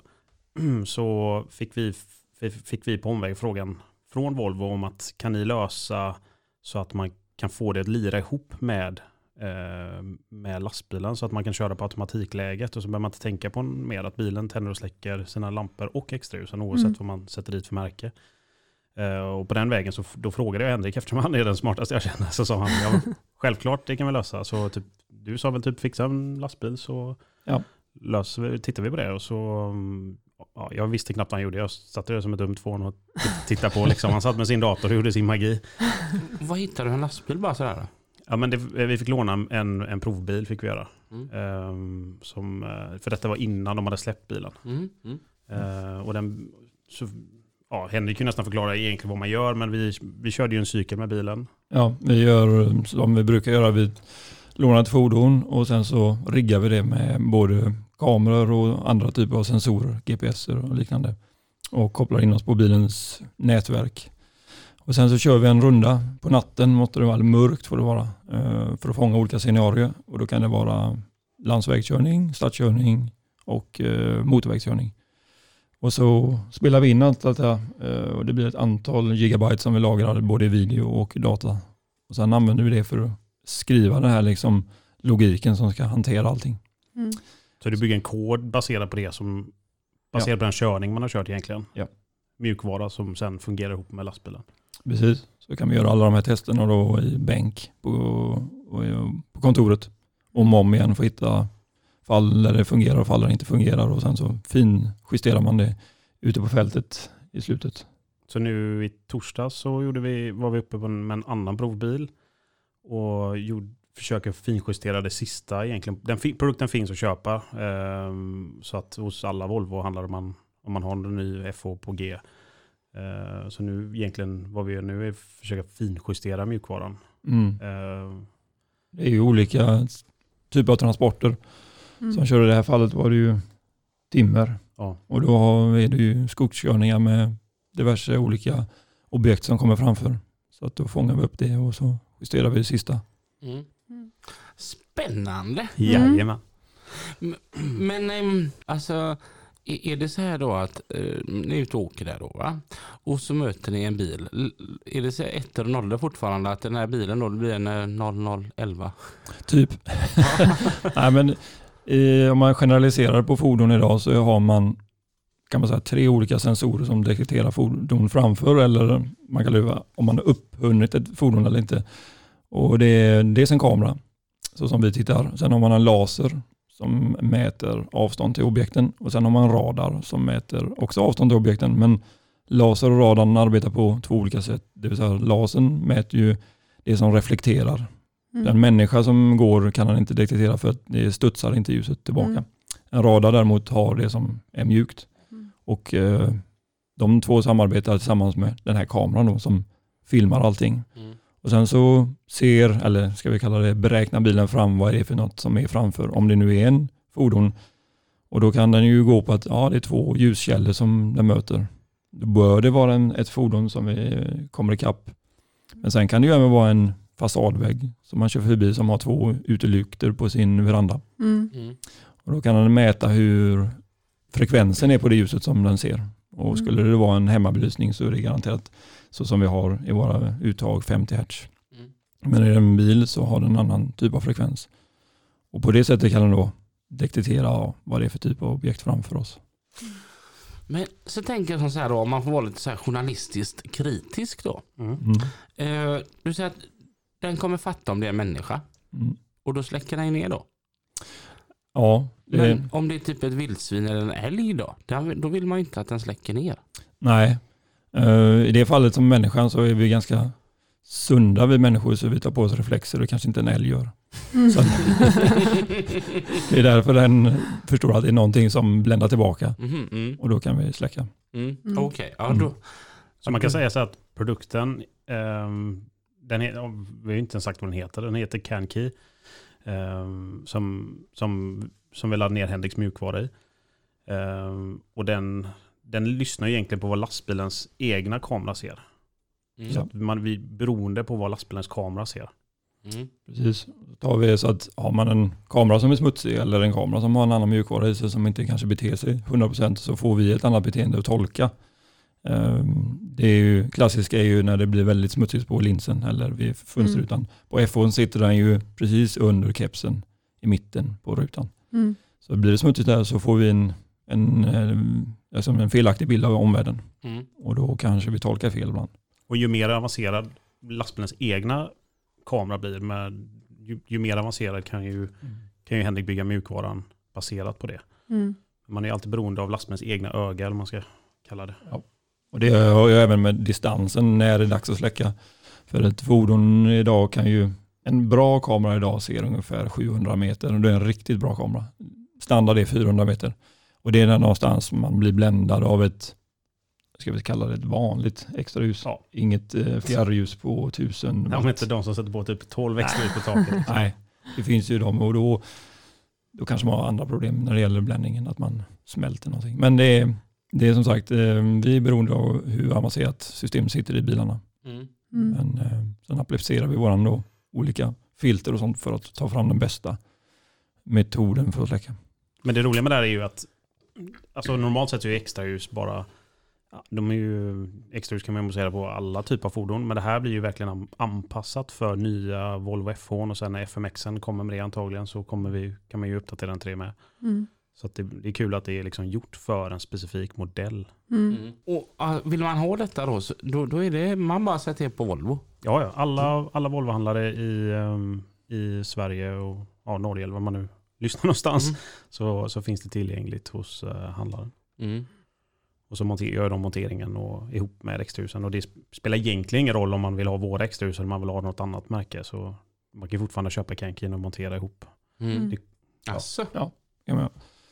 så fick vi, fick vi på omväg frågan från Volvo om att kan ni lösa så att man kan få det att lira ihop med, eh, med lastbilen, så att man kan köra på automatikläget, och så behöver man inte tänka på mer att bilen tänder och släcker sina lampor och extraljusen oavsett mm. vad man sätter dit för märke. Uh, och på den vägen så då frågade jag Henrik, eftersom han är den smartaste jag känner, så sa han ja, självklart det kan vi lösa. Så typ, du sa väl typ fixa en lastbil, så ja. löser vi, tittar vi på det. Och så, ja, jag visste knappt vad han gjorde. Jag satte det som ett dumt fån och tittade på. Liksom. Han satt med sin dator och gjorde sin magi. Vad hittade du en lastbil bara sådär då? Ja, men det, vi fick låna en, en provbil fick vi göra. Mm. Um, som, för detta var innan de hade släppt bilen. Mm. Mm. Uh, och den... Så, ja, Henrik kan nästan förklara egentligen vad man gör, men vi, vi körde ju en cykel med bilen. Ja, vi gör som vi brukar göra. Vi lånar ett fordon och sen så riggar vi det med både kameror och andra typer av sensorer, G P S och liknande, och kopplar in oss på bilens nätverk. Och sen så kör vi en runda på natten, måste det vara mörkt får det vara, för att fånga olika scenarier, och då kan det vara landsvägskörning, stadskörning och motorvägskörning. Och så spelar vi in allt detta, och det blir ett antal gigabyte som vi lagrar både i video och data. Och sen använder vi det för att skriva den här liksom logiken som ska hantera allting. Mm. Så du bygger en kod baserad på det som baserad ja. på den körning man har kört egentligen? Ja. Mjukvara som sen fungerar ihop med lastbilen? Precis, så kan vi göra alla de här testerna då i bänk på, på kontoret. Om och om igen för att hitta fall där det fungerar och fall där det inte fungerar, och sen så fin justerar man det ute på fältet i slutet. Så nu i torsdag så gjorde vi, var vi uppe på en, med en annan provbil och gjorde, försöker finjustera det sista egentligen. Den produkten finns att köpa, eh, så att hos alla Volvo handlar man om man har en ny F H på G. Eh, så nu egentligen vad vi gör nu är att försöka finjustera mjukvaran. Mm. Eh, det är ju olika typer av transporter. Mm. Som kör i det här fallet var det ju timmer. Ja. Och då är det ju skogskörningar med diverse olika objekt som kommer framför. Så att då fångar vi upp det och så justerar vi det sista. Mm. Mm. Spännande! Jajamän. Men äm, alltså, är det så här då att äh, ni är ute och åker där då, va? Och så möter ni en bil. Är det så ettor och nollor fortfarande att den här bilen då blir en noll noll elva? Typ. Nej, men i, om man generaliserar på fordon idag så har man, kan man säga, tre olika sensorer som detekterar fordon framför, eller man kan luva om man har upphunnit ett fordon eller inte. Och det är dels en kamera, så som vi tittar. Sen har man en laser som mäter avstånd till objekten, och sen har man en radar som mäter också avstånd till objekten. Men laser och radarn arbetar på två olika sätt. Det vill säga lasern mäter ju det som reflekterar. Mm. Den människa som går kan han inte detektera för att det studsar inte ljuset tillbaka. Mm. En radar däremot har det som är mjukt. Mm. Och eh, de två samarbetar tillsammans med den här kameran då, som filmar allting. Mm. Och sen så ser, eller ska vi kalla det, beräkna bilen fram vad det är för något som är framför. Om det nu är en fordon. Och då kan den ju gå på att ja, det är två ljuskällor som den möter. Då bör det vara en, ett fordon som är, kommer ikapp. Men sen kan det ju även vara en fasadvägg som man kör förbi som har två utelyktor på sin veranda. Mm. Mm. Och då kan den mäta hur frekvensen är på det ljuset som den ser. Och mm. skulle det vara en hemmabelysning så är det garanterat så som vi har i våra uttag femtio hertz. Mm. Men är det en bil så har den en annan typ av frekvens. Och på det sättet kan den då detektera vad det är för typ av objekt framför oss. Mm. Men så tänker jag så här då, om man får vara lite så här journalistiskt kritisk då. Mm. Mm. Eh, du säger att den kommer fatta om det är en människa. Mm. Och då släcker den ner då? Ja. Det... Men om det är typ ett vildsvin eller en älg då? Då vill man ju inte att den släcker ner. Nej. Uh, I det fallet som människan så är vi ganska sunda vi människor, så vi tar på oss reflexer och kanske inte en älg gör. Mm. Så det är därför den förstår att det är någonting som bländar tillbaka. Mm, mm. Och då kan vi släcka. Mm. Mm. Okej, okay. Ja, då. Så man kan säga så att produkten, um, den är, vi har inte ens sagt vad den heter, den heter CanKey, um, som, som, som vi laddar ner Hendrix mjukvara i. Um, och den, den lyssnar egentligen på vad lastbilens egna kamera ser. Mm. Så att man blir beroende på vad lastbilens kamera ser. Mm. Precis. Då tar vi så att har man en kamera som är smutsig eller en kamera som har en annan mjukvara i sig som inte kanske beter sig hundra procent, så får vi ett annat beteende att tolka. Det är ju, klassiska är ju när det blir väldigt smutsigt på linsen eller vid fönsterrutan. Mm. På F O:n sitter den ju precis under kepsen i mitten på rutan. Mm. Så blir det smutsigt där så får vi en, en, alltså en felaktig bild av omvärlden. Mm. Och då kanske vi tolkar fel ibland. Och ju mer avancerad lastbilens egna kamera blir, med, ju, ju mer avancerad kan ju, mm. kan ju Henrik bygga mjukvaran baserat på det. Mm. Man är alltid beroende av lastbilens egna öga, eller man ska kalla det. Ja. Och det har ju även med distansen när det är dags att släcka. För ett fordon idag kan ju, en bra kamera idag ser ungefär sjuhundra meter. Och det är en riktigt bra kamera. Standard är fyrahundra meter. Och det är där någonstans man blir bländad av ett, ska vi kalla det ett vanligt extraljus. Ja. Inget eh, fjärrljus på tusen. Ja, men inte de som sätter på typ tolv extraljus på taket. Nej, det finns ju de, och då, då kanske man har andra problem när det gäller bländningen, att man smälter någonting. Men det är, det är som sagt, eh, vi är beroende av hur avancerat system sitter i bilarna. Mm. Mm. Men eh, sen applicerar vi våran då olika filter och sånt för att ta fram den bästa metoden för att släcka. Men det roliga med det här är ju att alltså normalt sett är ju extraljus bara, de är ju, extraljus kan man montera på alla typer av fordon, men det här blir ju verkligen anpassat för nya Volvo F H, och sen när F M Xen kommer med det antagligen så kommer vi, kan man ju uppdatera den tre med. Mm. Så att det, det är kul att det är liksom gjort för en specifik modell. Mm. Mm. Och uh, vill man ha detta då, så, då, då är det, man bara sätter på Volvo? Ja, ja. Alla, alla Volvo-handlare i, um, i Sverige och ja, Norge, eller vad man nu lyssnar någonstans, mm. så, så finns det tillgängligt hos uh, handlaren. Mm. Och så monter- gör de monteringen och, ihop med extrahusen. Och det spelar egentligen ingen roll om man vill ha våra extrahus eller man vill ha något annat märke. Så man kan fortfarande köpa CanKey och montera ihop. Mm. Det, ja. Alltså. Ja, ja,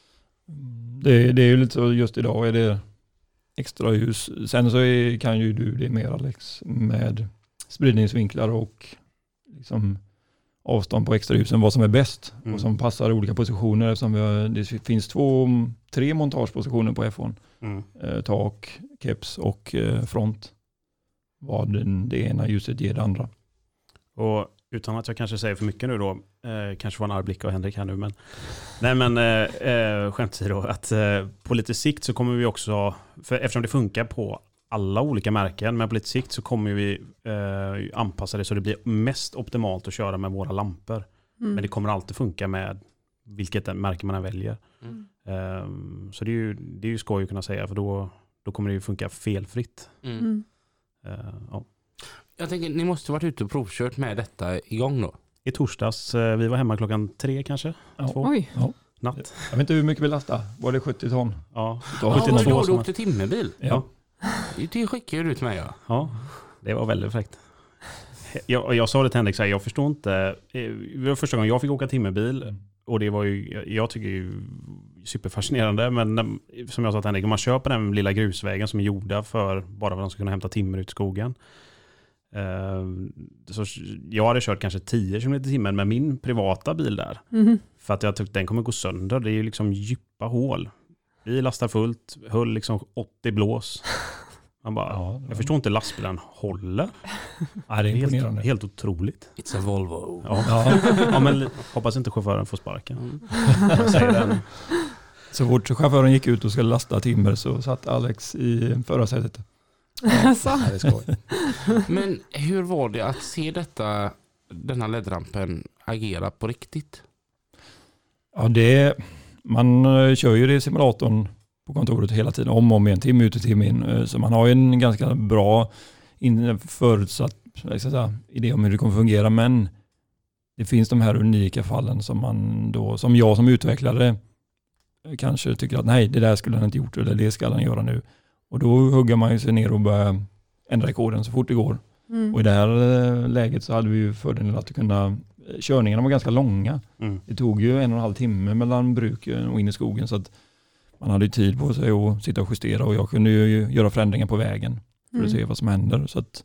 det, det är ju lite så, just idag är det extraljus. Sen så är, kan ju du det mer, Alex, med spridningsvinklar och liksom avstånd på extrahusen, vad som är bäst mm. och som passar i olika positioner, eftersom vi har, det finns två, tre montagepositioner på F O:n. Mm. Eh, tak, keps och eh, front. Vad den, det ena ljuset ger det andra. Och utan att jag kanske säger för mycket nu då, eh, kanske var en arg blick av Henrik här nu, men nej men eh, eh, skämt åsido, att eh, på lite sikt så kommer vi också, för eftersom det funkar på alla olika märken, men på lite sikt så kommer vi eh, anpassa det så det blir mest optimalt att köra med våra lampor. Mm. Men det kommer alltid funka med vilket märke man än väljer. Mm. Um, så det är, ju, det är ju skoj att kunna säga, för då, då kommer det ju funka felfritt. Mm. Uh, ja. Jag tänker, ni måste ha varit ute och provkört med detta igång då? I torsdags, uh, vi var hemma klockan tre kanske. Ja. Två. Oj. Ja. Natt. Jag vet inte hur mycket vi lastade. Var det sjuttio ton? Ja. Ja, sjuttiotvå då, som du var- åkte timmerbil? Ja. Det skickar ju ut mig, ja. Ja, det var väldigt fräckt. Jag, jag sa det till Henrik, så här, jag förstår inte. Det var första gången jag fick åka timmerbil. Mm. Och det var ju, jag tycker ju superfascinerande. Men när, som jag sa till Henrik, om man köper den lilla grusvägen som är gjorda för bara för att de ska kunna hämta timmer ut i skogen. Eh, så jag hade kört kanske tio kilometer i timmen med min privata bil där. Mm. För att jag tyckte den kommer gå sönder. Det är ju liksom djupa hål. Vi lastar fullt, höll liksom åttio blås. Man bara, Ja, jag förstår inte lastbilen håller. Ja, det är Helt, imponerande. helt otroligt. It's a Volvo. Ja. Ja. Ja, men hoppas inte chauffören får sparken. Jag säger det. Så fort chauffören gick ut och skulle lasta timmer så satt Alex i förarsätet. Alltså. Ja, det är skoj. Men hur var det att se detta, denna L E D-rampen agera på riktigt? Ja, det, man eh, kör ju det i simulatorn på kontoret hela tiden, om och om igen, timme ut och timme in. Eh, Så man har ju en ganska bra in, förutsatt jag ska säga, idé om hur det kommer fungera, men det finns de här unika fallen som man då, som jag som utvecklare kanske tycker att nej, det där skulle han inte gjort eller det ska han göra nu. Och då hugger man ju sig ner och börjar ändra i koden så fort det går. Mm. Och i det här eh, läget så hade vi ju fördelen att kunna, körningarna var ganska långa. Mm. Det tog ju en och en halv timme mellan bruken och in i skogen, så att man hade ju tid på sig att sitta och justera, och jag kunde ju göra förändringar på vägen för att Mm. se vad som händer. Så att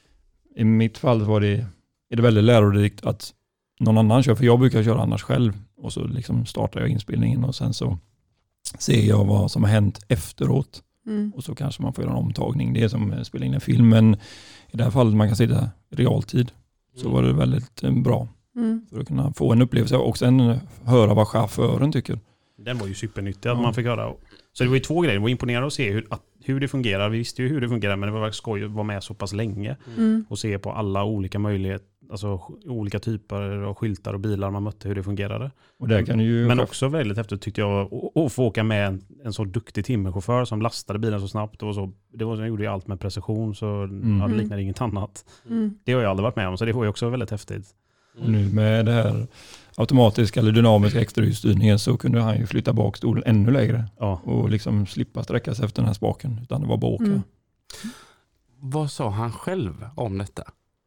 i mitt fall var det, är det väldigt lärorikt att någon annan kör, för jag brukar köra annars själv, och så liksom startar jag inspelningen och sen så ser jag vad som har hänt efteråt. Mm. Och så kanske man får göra en omtagning. Det är som att spela in en film, men i det här fallet man kan sitta i realtid. Så var det väldigt eh, bra Mm. för att kunna få en upplevelse och sen höra vad chauffören tycker. Den var ju supernyttig att Ja. man fick höra. Så det var ju två grejer. Det var imponerande att se hur, att, hur det fungerar. Vi visste ju hur det fungerar, men det var verkligen skoj att vara med så pass länge Mm. och se på alla olika möjligheter, alltså olika typer av skyltar och bilar man mötte, hur det fungerade. Och där kan ju Men också väldigt häftigt tyckte jag att- att få åka med en, en så duktig timmerchaufför som lastade bilen så snabbt. Det var så, det var, jag gjorde ju allt med precision, så Mm. ja, det liknade inget annat. Mm. Det har jag aldrig varit med om, så det var ju också väldigt häftigt. Och nu med det här automatiska eller dynamiska extrahjulsstyrningen så kunde han ju flytta bak stolen ännu längre Ja. och liksom slippa sträcka sig efter den här spaken, utan det var bara att åka. Mm. Vad sa han själv om detta?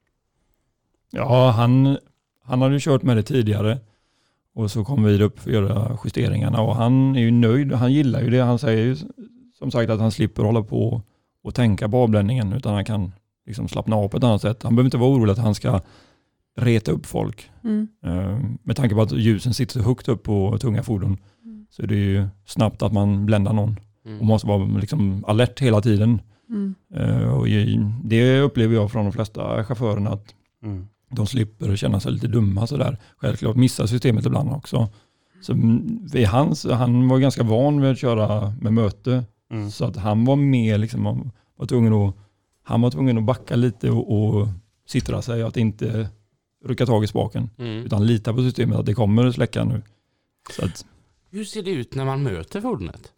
Ja, han, han hade ju kört med det tidigare och så kom vi upp för att göra justeringarna, och han är ju nöjd. Han gillar ju det. Han säger ju som sagt att han slipper hålla på och tänka på avbländningen, utan han kan liksom slappna av på ett annat sätt. Han behöver inte vara orolig att han ska reta upp folk. Mm. Eh, Med tanke på att ljusen sitter så högt upp på tunga fordon Mm. så är det ju snabbt att man bländar någon Mm. och måste vara liksom alert hela tiden. Mm. Eh, Och i- det upplever jag från de flesta chaufförerna, att Mm. de slipper känna sig lite dumma sådär. Självklart missar systemet ibland också. Så mm, vid hans, han var ganska van vid att köra med möte, Mm. så att han var med liksom, var tvungen att, han var tvungen att backa lite och, och sittra sig, att inte rycka tag i spaken, Mm. utan lita på systemet att det kommer släcka nu. Så att Hur ser det ut när man möter fordonet?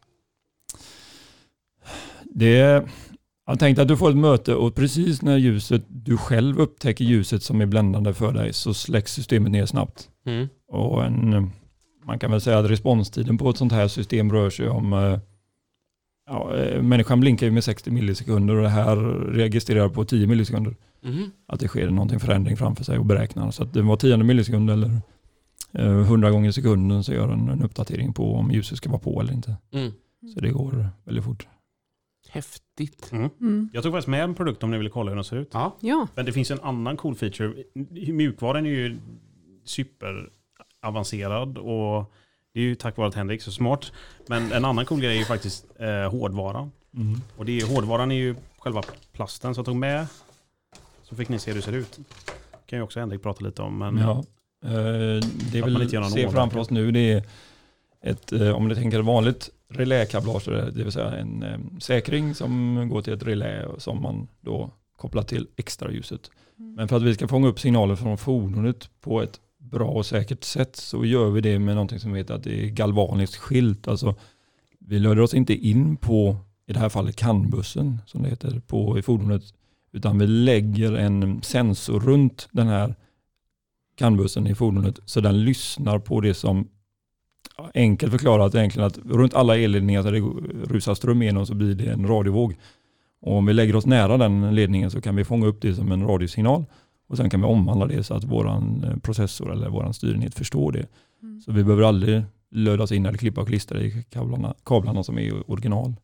det, jag tänkte att du får ett möte och precis när ljuset, du själv upptäcker ljuset som är bländande för dig, så släcks systemet ner snabbt. Mm. Och en, man kan väl säga att responstiden på ett sånt här system rör sig om, eh, ja, eh, människan blinkar ju med sextio millisekunder och det här registrerar på tio millisekunder. Mm. Att det sker någonting förändring framför sig och beräknar. Så att det var tionde millisekund eller eh, hundra gånger i sekunden så gör en, en uppdatering på om ljuset ska vara på eller inte. Mm. Så det går väldigt fort. Häftigt. Mm. Mm. Jag tog faktiskt med en produkt om ni vill kolla hur den ser ut. Ja. Ja. Men det finns en annan cool feature. Mjukvaran är ju superavancerad och det är ju tack vare att Henrik är så smart. Men en annan cool grej är ju faktiskt eh, hårdvaran. Mm. Och det är, hårdvaran är ju själva plasten, så jag tog med, så fick ni se hur det ser ut. kan ju också Henrik prata lite om. Men Ja, eh, det är man inte gör väl någon se framför åverkan. oss nu, det är ett, eh, om du tänker vanligt reläkablage, det vill säga en eh, säkring som går till ett relä och som man då kopplar till extra ljuset. Mm. Men för att vi ska fånga upp signaler från fordonet på ett bra och säkert sätt så gör vi det med någonting som heter att det är galvaniskt skilt. Alltså vi löder oss inte in på, i det här fallet CAN-bussen som det heter, på i fordonet, utan vi lägger en sensor runt den här CAN-bussen i fordonet så den lyssnar på det som, enkelt förklarat egentligen, att runt alla elledningar där det rusar ström igenom så blir det en radiovåg. Och om vi lägger oss nära den ledningen så kan vi fånga upp det som en radiosignal och sen kan vi omvandla det så att våran processor eller våran styrenhet förstår det. Mm. Så vi behöver aldrig lödas in eller klippa och klistra i kablarna, kablarna som är original.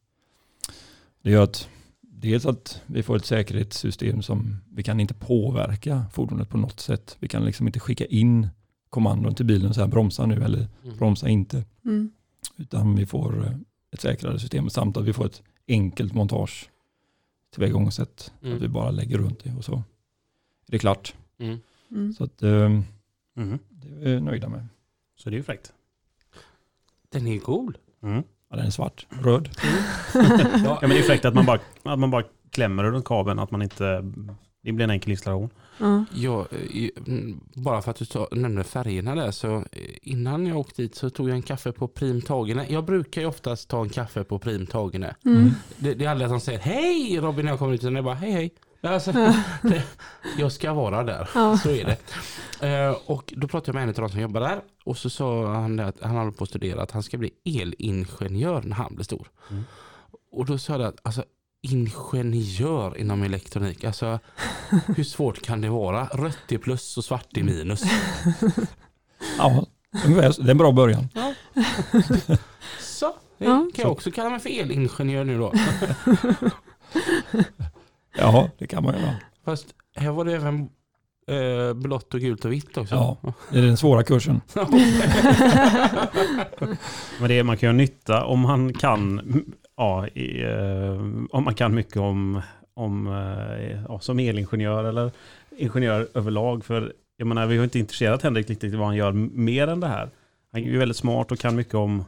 Det gör att dels att vi får ett säkerhetssystem som vi kan inte påverka fordonet på något sätt. Vi kan liksom inte skicka in kommandon till bilen så här, bromsa nu eller Mm. bromsa inte. Mm. Utan vi får eh, ett säkrare system samt att vi får ett enkelt montage tillvägagångssätt. Mm. Att vi bara lägger runt det och så är det klart. Mm. Mm. Så att eh, Mm. det är vi nöjda med. Så det är ju fräckt. Den är ju cool. Mm. Ja, den är svart, röd. Ja, men det är fräckt att man bara, att man bara klämmer runt kabeln, att man inte, det blir en enkel installation. Ja. Ja, eh, mm, bara för att du ta, nämnde färgerna där, så eh, innan jag åkte dit så tog jag en kaffe på Prim Tagene. Jag brukar ju oftast ta en kaffe på Prim Tagene. Mm. Det, det är alla som säger hej Robin när jag kommer ut, och jag bara hej hej. Alltså, det, jag ska vara där, Ja. så är det. Eh, och då pratade jag med en av de som jobbar där och så sa han det att han håller på att studera att han ska bli elingenjör när han blir stor. Mm. Och då sa jag att alltså, ingenjör inom elektronik, alltså hur svårt kan det vara? Rött är plus och svart är minus. Ja, ungefär. Det är en bra början. Så, det Ja. kan jag också kalla mig för elingenjör nu då. Ja, det kan man göra. Fast här var det även eh, blått och gult och vitt också. Ja, det är den svåra kursen. Men det är, man kan ju ha nytta om man kan, ja, i, eh, om man kan mycket om, om eh, ja, som elingenjör eller ingenjör överlag. För jag menar, vi har inte intresserat Henrik riktigt vad han gör mer än det här. Han är ju väldigt smart och kan mycket om,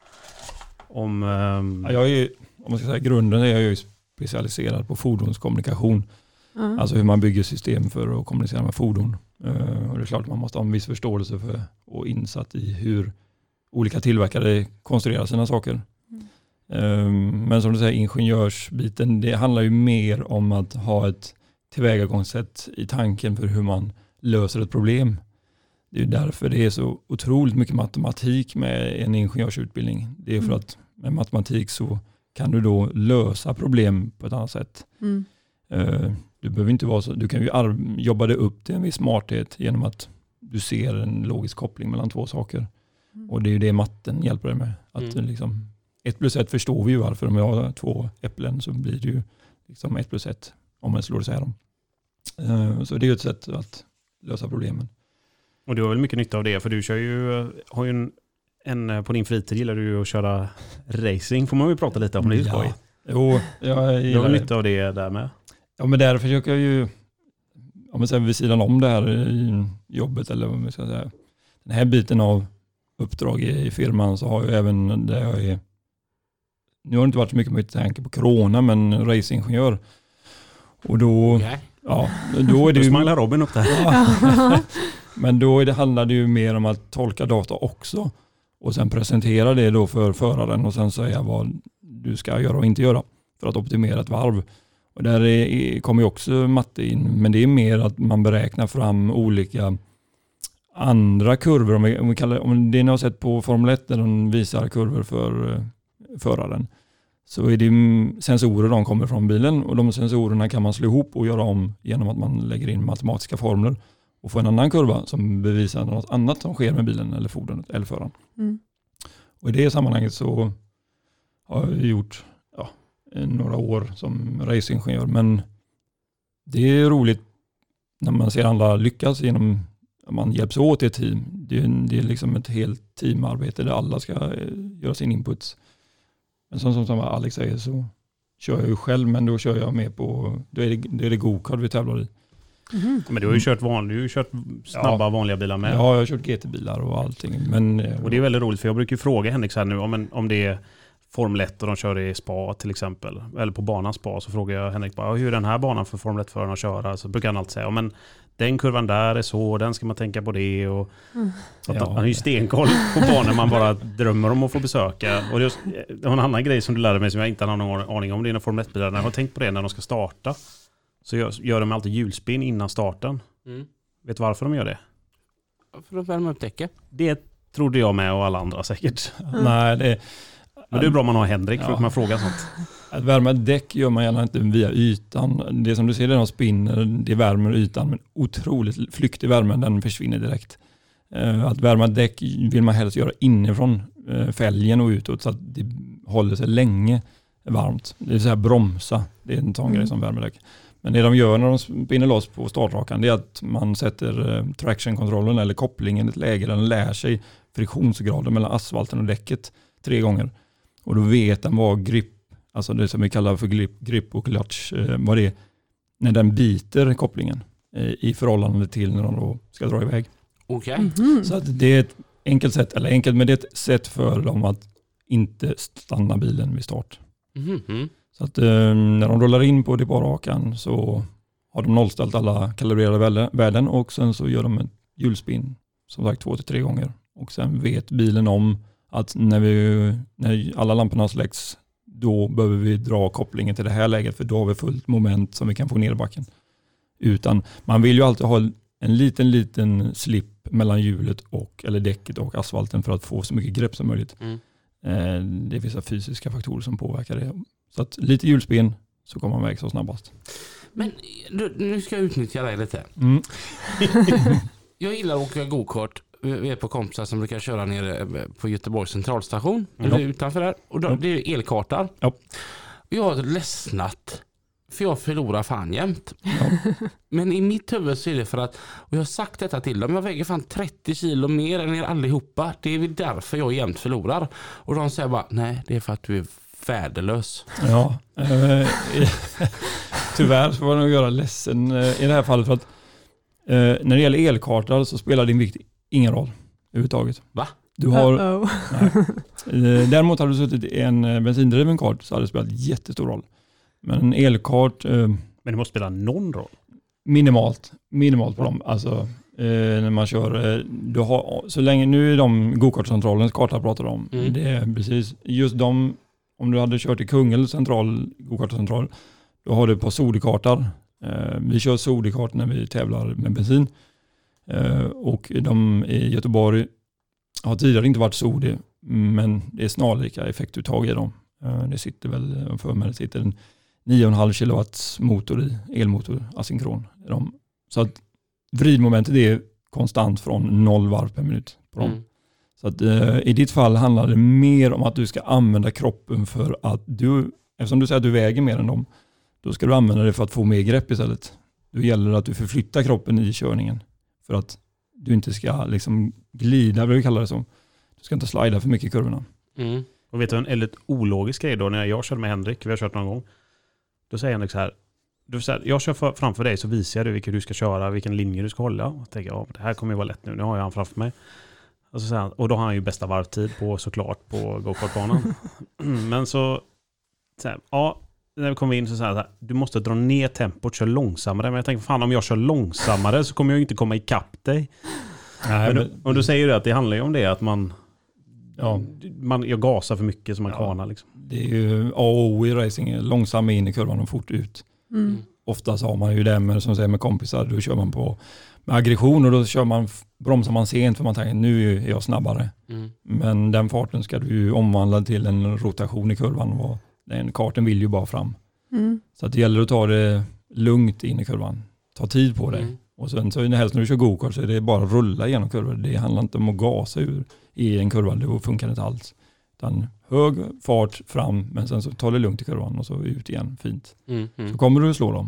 om ehm, Ja, jag är ju, om man ska säga grunden, är jag ju specialiserad på fordonskommunikation. Ja. Alltså hur man bygger system för att kommunicera med fordon. Uh, och det är klart att man måste ha en viss förståelse för och insatt i hur olika tillverkare konstruerar sina saker. Mm. Um, men som du säger, ingenjörsbiten, det handlar ju mer om att ha ett tillvägagångssätt i tanken för hur man löser ett problem. Det är därför det är så otroligt mycket matematik med en ingenjörsutbildning. Det är för Mm. att med matematik så kan du då lösa problem på ett annat sätt. Mm. Uh, du behöver inte vara så, du kan ju ar- jobba det upp till en viss smarthet genom att du ser en logisk koppling mellan två saker. Mm. Och det är ju det matten hjälper dig med. Att Mm. liksom, ett plus ett förstår vi ju varför. Om jag har två äpplen så blir det ju liksom ett plus ett om man slår isär dem. Uh, så det är ju ett sätt att lösa problemen. och du har väl mycket nytta av det, för du kör ju, har ju en, en på din fritid gillar du ju att köra racing, får man ju prata lite om, det är ju skoj. Jo, jag Du har gillar väl det. nytta av det där med? Ja, men där försöker jag ju, om man säger vid sidan om det här i jobbet eller vad man ska säga, den här biten av uppdrag i firman, så har jag även där jag är, nu har det inte varit så mycket med tanke på corona, men racingingenjör. Och då, Okay. ja, då är det Du ju, smilar Robin upp där. ja, men då är det, handlar det ju mer om att tolka data också och sen presentera det då för föraren och sen säga vad du ska göra och inte göra för att optimera ett varv. Och där är, kommer ju också matte in, men det är mer att man beräknar fram olika andra kurvor. Om, vi, om, vi kallar, om det ni har sett på Formel ett där de visar kurvor för uh, föraren, så är det sensorer de kommer från bilen och de sensorerna kan man slå ihop och göra om genom att man lägger in matematiska formler och få en annan kurva som bevisar något annat som sker med bilen eller fordonet eller föraren. Mm. Och i det sammanhanget så har jag gjort ja, några år som racingingenjör, men det är roligt när man ser andra lyckas genom att man hjälps åt i ett team. Det är, det är liksom ett helt teamarbete där alla ska göra sin input. Men som, som, som Alex säger så kör jag ju själv, men då kör jag med på, då är det, det är det go-kart vi tävlar i. Mm. Men du har ju kört, van, du har ju kört snabba Ja. vanliga bilar med. Ja, jag har kört G T-bilar och allting. Men, Och det är väldigt roligt för jag brukar ju fråga Henrik så här nu om, en, om det är Formel ett och de kör i spa till exempel. Eller på banans spa så frågar jag Henrik bara hur är den här banan för Formel ett-förarna att köra. Så brukar han alltid säga ja, men den kurvan där är så, den ska man tänka på det. Och, Mm. så att Ja. han har ju stenkoll på banor man bara drömmer om att få besöka. Och det var en annan grej som du lärde mig som jag inte hade någon aning om. Det är när Formel ett-bilarna, jag har tänkt på det när de ska starta. Så gör, gör de alltid hjulspinn innan starten. Mm. Vet du varför de gör det? För att värma upp däcket. Det trodde jag med och alla andra säkert. nej, det, Men det är bra man har Henrik för Ja. att man frågar sånt. att värma ett däck gör man gärna inte via ytan. Det som du ser, det de spinner, det värmer ytan, men otroligt flyktig värme, den försvinner direkt. Eh, Att värma ett däck vill man helst göra inifrån eh, fälgen och utåt så att det håller sig länge varmt. Det vill säga bromsa, det är en sån Mm. grej som värmer däck. Men det de gör när de spinner loss på startrakan, det är att man sätter eh, traction-kontrollen eller kopplingen i ett läge där den lär sig friktionsgraden mellan asfalten och däcket tre gånger. Och då vet den vad grip, alltså det som vi kallar för grip, grip och clutch, eh, vad det är när den biter kopplingen eh, i förhållande till när de då ska dra iväg. Okej. Mhm. Så att det är ett enkelt sätt, eller enkelt, men det är ett sätt för dem att inte stanna bilen vid start. Mhm. Så att eh, när de rullar in på depårakan så har de nollställt alla kalibrerade värde- värden och sen så gör de ett hjulspinn som sagt två till tre gånger. Och sen vet bilen om att när, vi, när alla lamporna släcks då behöver vi dra kopplingen till det här läget för då har vi fullt moment som vi kan få ner i backen. Utan man vill ju alltid ha en liten liten slip mellan hjulet och eller däcket och asfalten för att få så mycket grepp som möjligt. Mm. Eh, det är vissa fysiska faktorer som påverkar det. Så att lite hjulspinn så kommer man iväg så snabbast. Men du, nu ska jag utnyttja dig lite. Mm. Jag gillar att åka go-kart. Vi är på kompisar som brukar köra ner på Göteborgs centralstation. Ja. Eller utanför där. Och då, Ja. det är elkartar. Ja. Och jag har ledsnat. För jag förlorar fan jämt. Ja. Men i mitt huvud så är det för att, och jag har sagt detta till dem, jag väger fan trettio kilo mer än er allihopa. Det är väl därför jag jämt förlorar. Och de säger bara, nej det är för att du är värdelös. Ja, eh, tyvärr så får jag nog göra ledsen eh, i det här fallet för att eh, när det gäller elkartor så spelar din vikt ingen roll överhuvudtaget. Va? Du har, Uh-oh. eh, däremot hade du suttit i en eh, bensindriven kart så hade det spelat jättestor roll. Men en elkart, eh, Men det måste spela någon roll. minimalt, minimalt på dem. Alltså eh, när man kör, eh, du har, så länge, nu är de go-kartcentralens karta pratar om. Mm. Det är precis, just de, om du hade kört i Kungälv central, go-kartcentral, då har du på Sodikartar. Eh, vi kör Sodikart när vi tävlar med bensin. Eh, och de i Göteborg har tidigare inte varit Sodi, men det är snarlika effektuttag i dem. Eh, det sitter väl för mig, det sitter en nio komma fem kilowatts motor i, elmotor, asynkron i dem. Så att vridmomentet är konstant från noll varv per minut på dem. Mm. Så att eh, i ditt fall handlar det mer om att du ska använda kroppen för att du, eftersom du säger att du väger mer än dem, då ska du använda det för att få mer grepp istället. Då gäller det att du förflyttar kroppen i körningen för att du inte ska liksom glida, vad vi kallar det som. Du ska inte slida för mycket i kurvorna. Mm. Och vet du en väldigt ologisk grej då när jag körde med Henrik, vi har kört någon gång. Då säger Henrik så här, du säger, jag kör för, framför dig så visar jag dig vilken du ska köra, vilken linje du ska hålla. Och tänker, ja, det här kommer ju vara lätt nu, nu har jag han framför mig. Och, så säger han, och då har han ju bästa varvtid på såklart på go-kartbanan. Men så, så här, ja, när vi kommer in så säger han så här, du måste dra ner tempot, kör långsammare. Men jag tänker, fan om jag kör långsammare så kommer jag ju inte komma ikapp dig. Nej, Men du, och du säger ju att det handlar ju om det, att man, ja, man jag gasar för mycket som man Ja. kvarnar liksom. det är ju A och O i racing, långsamt in i kurvan och fort ut. Mm. Oftast har man ju det med, som säger med kompisar, då kör man på med aggression och då kör man, bromsar man sent för man tänker nu är jag snabbare. Mm. Men den farten ska du ju omvandla till en rotation i kurvan och den karten vill ju bara fram. Mm. Så att det gäller att ta det lugnt in i kurvan. Ta tid på dig. Mm. Och sen så helst när du kör go-kart så är det bara att rulla genom kurvor. Det handlar inte om att gasa ur i en kurva, det funkar inte alls. Utan hög fart fram men sen så tar det lugnt i kurvan och så ut igen, fint. Mm. Så Mm. kommer du att slå dem.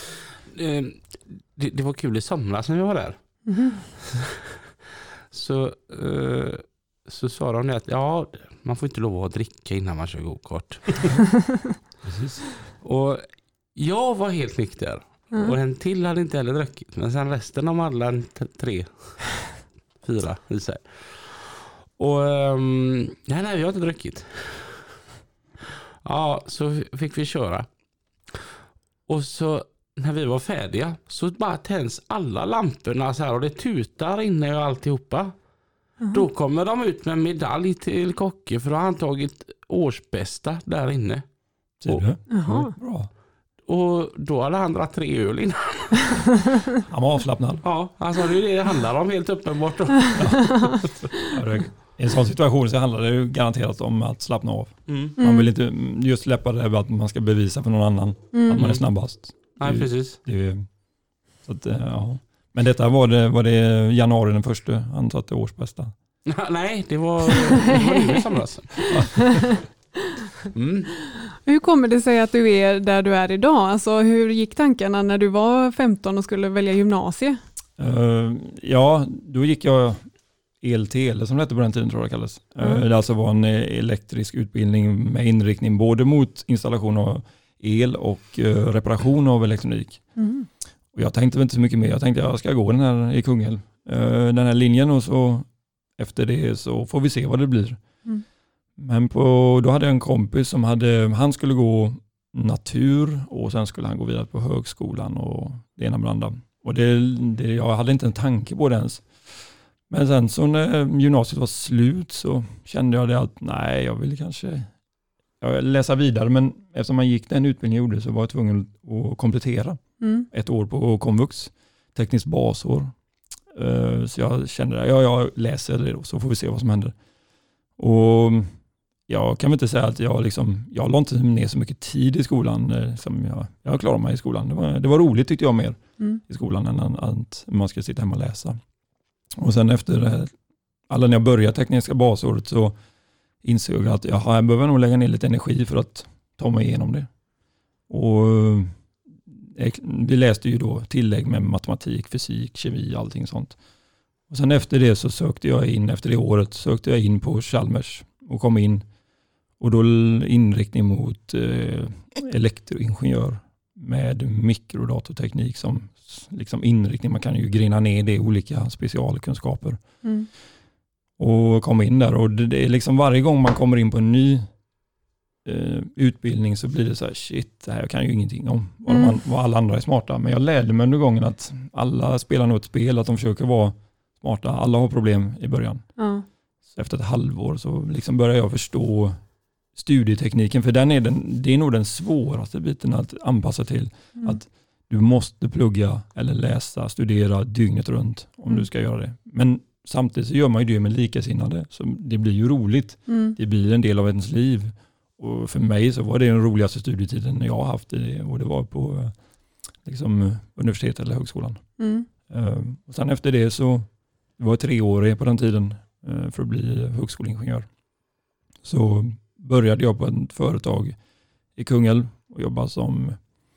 Eh, det, det var kul i somras när vi var där. Mhm. Så, eh, så sa de att ja, man får inte lov att dricka innan man kör go-kart. Precis. Och jag var helt nykter. Mm. Och en till hade inte heller druckit. Men sen resten av alla en t- tre, fyra i sig. Och um, nej, nej, vi har inte druckit. Ja, så fick vi köra. Och så när vi var färdiga så bara tänds alla lamporna så här och det tutar inne och alltihopa. Mm. Då kommer de ut med medalj till Kocke för att han tagit årsbästa där inne. Ser du? Jaha. Bra. Och då hade han dragit tre öl innan. Han var avslappnad. Ja, alltså det är det det handlar om helt uppenbart. Ja, det, i en sån situation så handlar det ju garanterat om att slappna av. Mm. Man vill inte just släppa det över att man ska bevisa för någon annan Mm. att man är snabbast. Nej, Det- precis. Det, är- så att, ja. Men detta var det, var det januari den första han satte årsbästa. Nej, det var, det var nu i somras. Mm. Hur kommer det sig att du är där du är idag? Alltså, hur gick tankarna när du var femton och skulle välja gymnasie? Uh, ja, då gick jag el-tele som det hette på den tiden tror jag det kallades. Mm. Uh, det alltså var en elektrisk utbildning med inriktning både mot installation av el och uh, reparation av elektronik. Mm. Och jag tänkte inte så mycket mer. Jag tänkte jag ska gå den här i Kungälv. Uh, den här linjen och så efter det så får vi se vad det blir. Mm. Men på, då hade jag en kompis som hade, han skulle gå natur och sen skulle han gå vidare på högskolan och det ena med andra. Och det, det, jag hade inte en tanke på det ens. Men sen så när gymnasiet var slut så kände jag det att nej, jag ville kanske jag läsa vidare. Men eftersom man gick den utbildningen jag gjorde så var jag tvungen att komplettera. Mm. Ett år på komvux, tekniskt basår. Uh, så jag kände att ja, jag läser det då, så får vi se vad som händer. Och jag kan väl inte säga att jag liksom, jag la inte ner så mycket tid i skolan eh, som jag, jag klarade mig i skolan. Det var, det var roligt tyckte jag mer Mm. i skolan än att man ska sitta hemma och läsa. Och sen efter det, alla när jag började tekniska basåret så insåg jag att jaha, jag behöver nog lägga ner lite energi för att ta mig igenom det. Och eh, vi läste ju då tillägg med matematik, fysik, kemi, allting sånt. Och sen efter det så sökte jag in, efter det året sökte jag in på Chalmers och kom in. Och då inriktning mot eh, elektroingenjör med mikrodatorteknik som liksom inriktning. Man kan ju grina ner det i olika specialkunskaper. Mm. Och kom in där och det, det är liksom varje gång man kommer in på en ny eh, utbildning så blir det så här shit, det här kan jag ju ingenting om. Vad, Mm. man, vad alla andra är smarta. Men jag lärde mig under gången att alla spelar nog ett spel, att de försöker vara smarta. Alla har problem i början. Ja. Så efter ett halvår så liksom börjar jag förstå studietekniken, för den är den, det är nog den svåraste biten att anpassa till. Mm. Att du måste plugga eller läsa, studera dygnet runt om Mm. du ska göra det. Men samtidigt så gör man ju det med likasinnade. Så det blir ju roligt. Mm. Det blir en del av ens liv. Och för mig så var det den roligaste studietiden jag har haft det, och det var på liksom, universitet eller högskolan. Mm. Uh, och sen efter det så var jag tre år på den tiden uh, för att bli högskoleingenjör. Så började jag på ett företag i Kungälv och jobbade som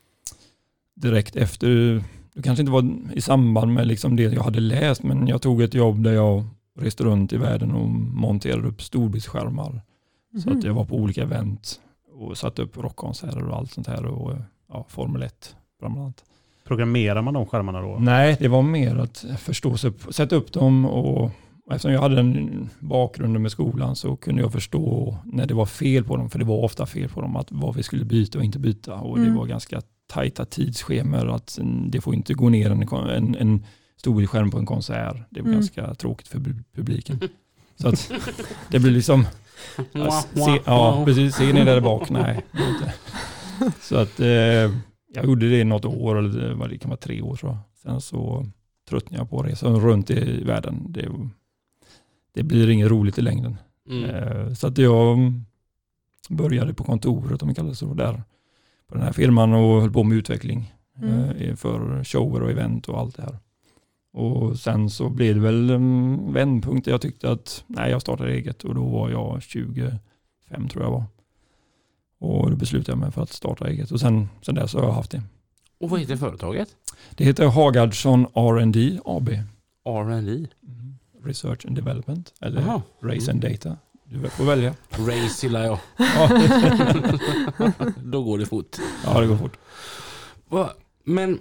direkt efter, det kanske inte var i samband med liksom det jag hade läst, men jag tog ett jobb där jag reste runt i världen och monterade upp storbildsskärmar. Så Mhm. att jag var på olika event och satte upp rockkonserter och allt sånt här och ja, Formel ett bland annat. Programmerar man de skärmarna då? Nej, det var mer att förstå sig, sätta upp dem, och eftersom jag hade en bakgrund med skolan så kunde jag förstå när det var fel på dem, för det var ofta fel på dem, att vad vi skulle byta och inte byta, och Mm. det var ganska tajta tidsschemer, att det får inte gå ner en, en, en stor skärm på en konsert. Det var Mm. ganska tråkigt för publiken. Så att det blir liksom ja, se, ja, precis, ser ni där bak? Nej, det är inte. Så att eh, jag gjorde det i något år, eller vad det kan vara tre år så. Sen så tröttnade jag på att resa runt i världen. Det, det blir inget roligt i längden. Mm. Eh, så att jag började på kontoret, om vi kallar det så, där på den här firman och höll på med utveckling Mm. eh, för shower och event och allt det här. Och sen så blev det väl en vändpunkt där jag tyckte att nej, jag startade eget, och då var jag tjugofem tror jag var. Och då beslutade jag mig för att starta eget, och sen, sen dess har jag haft det. Och vad heter företaget? Det heter Hagardsson R and D A B. R and D. Mm. Research and Development, eller Jaha. Race and Data. Du får välja. Race gillar jag. Ja, Då går det fort. ja det går fort. Va? Men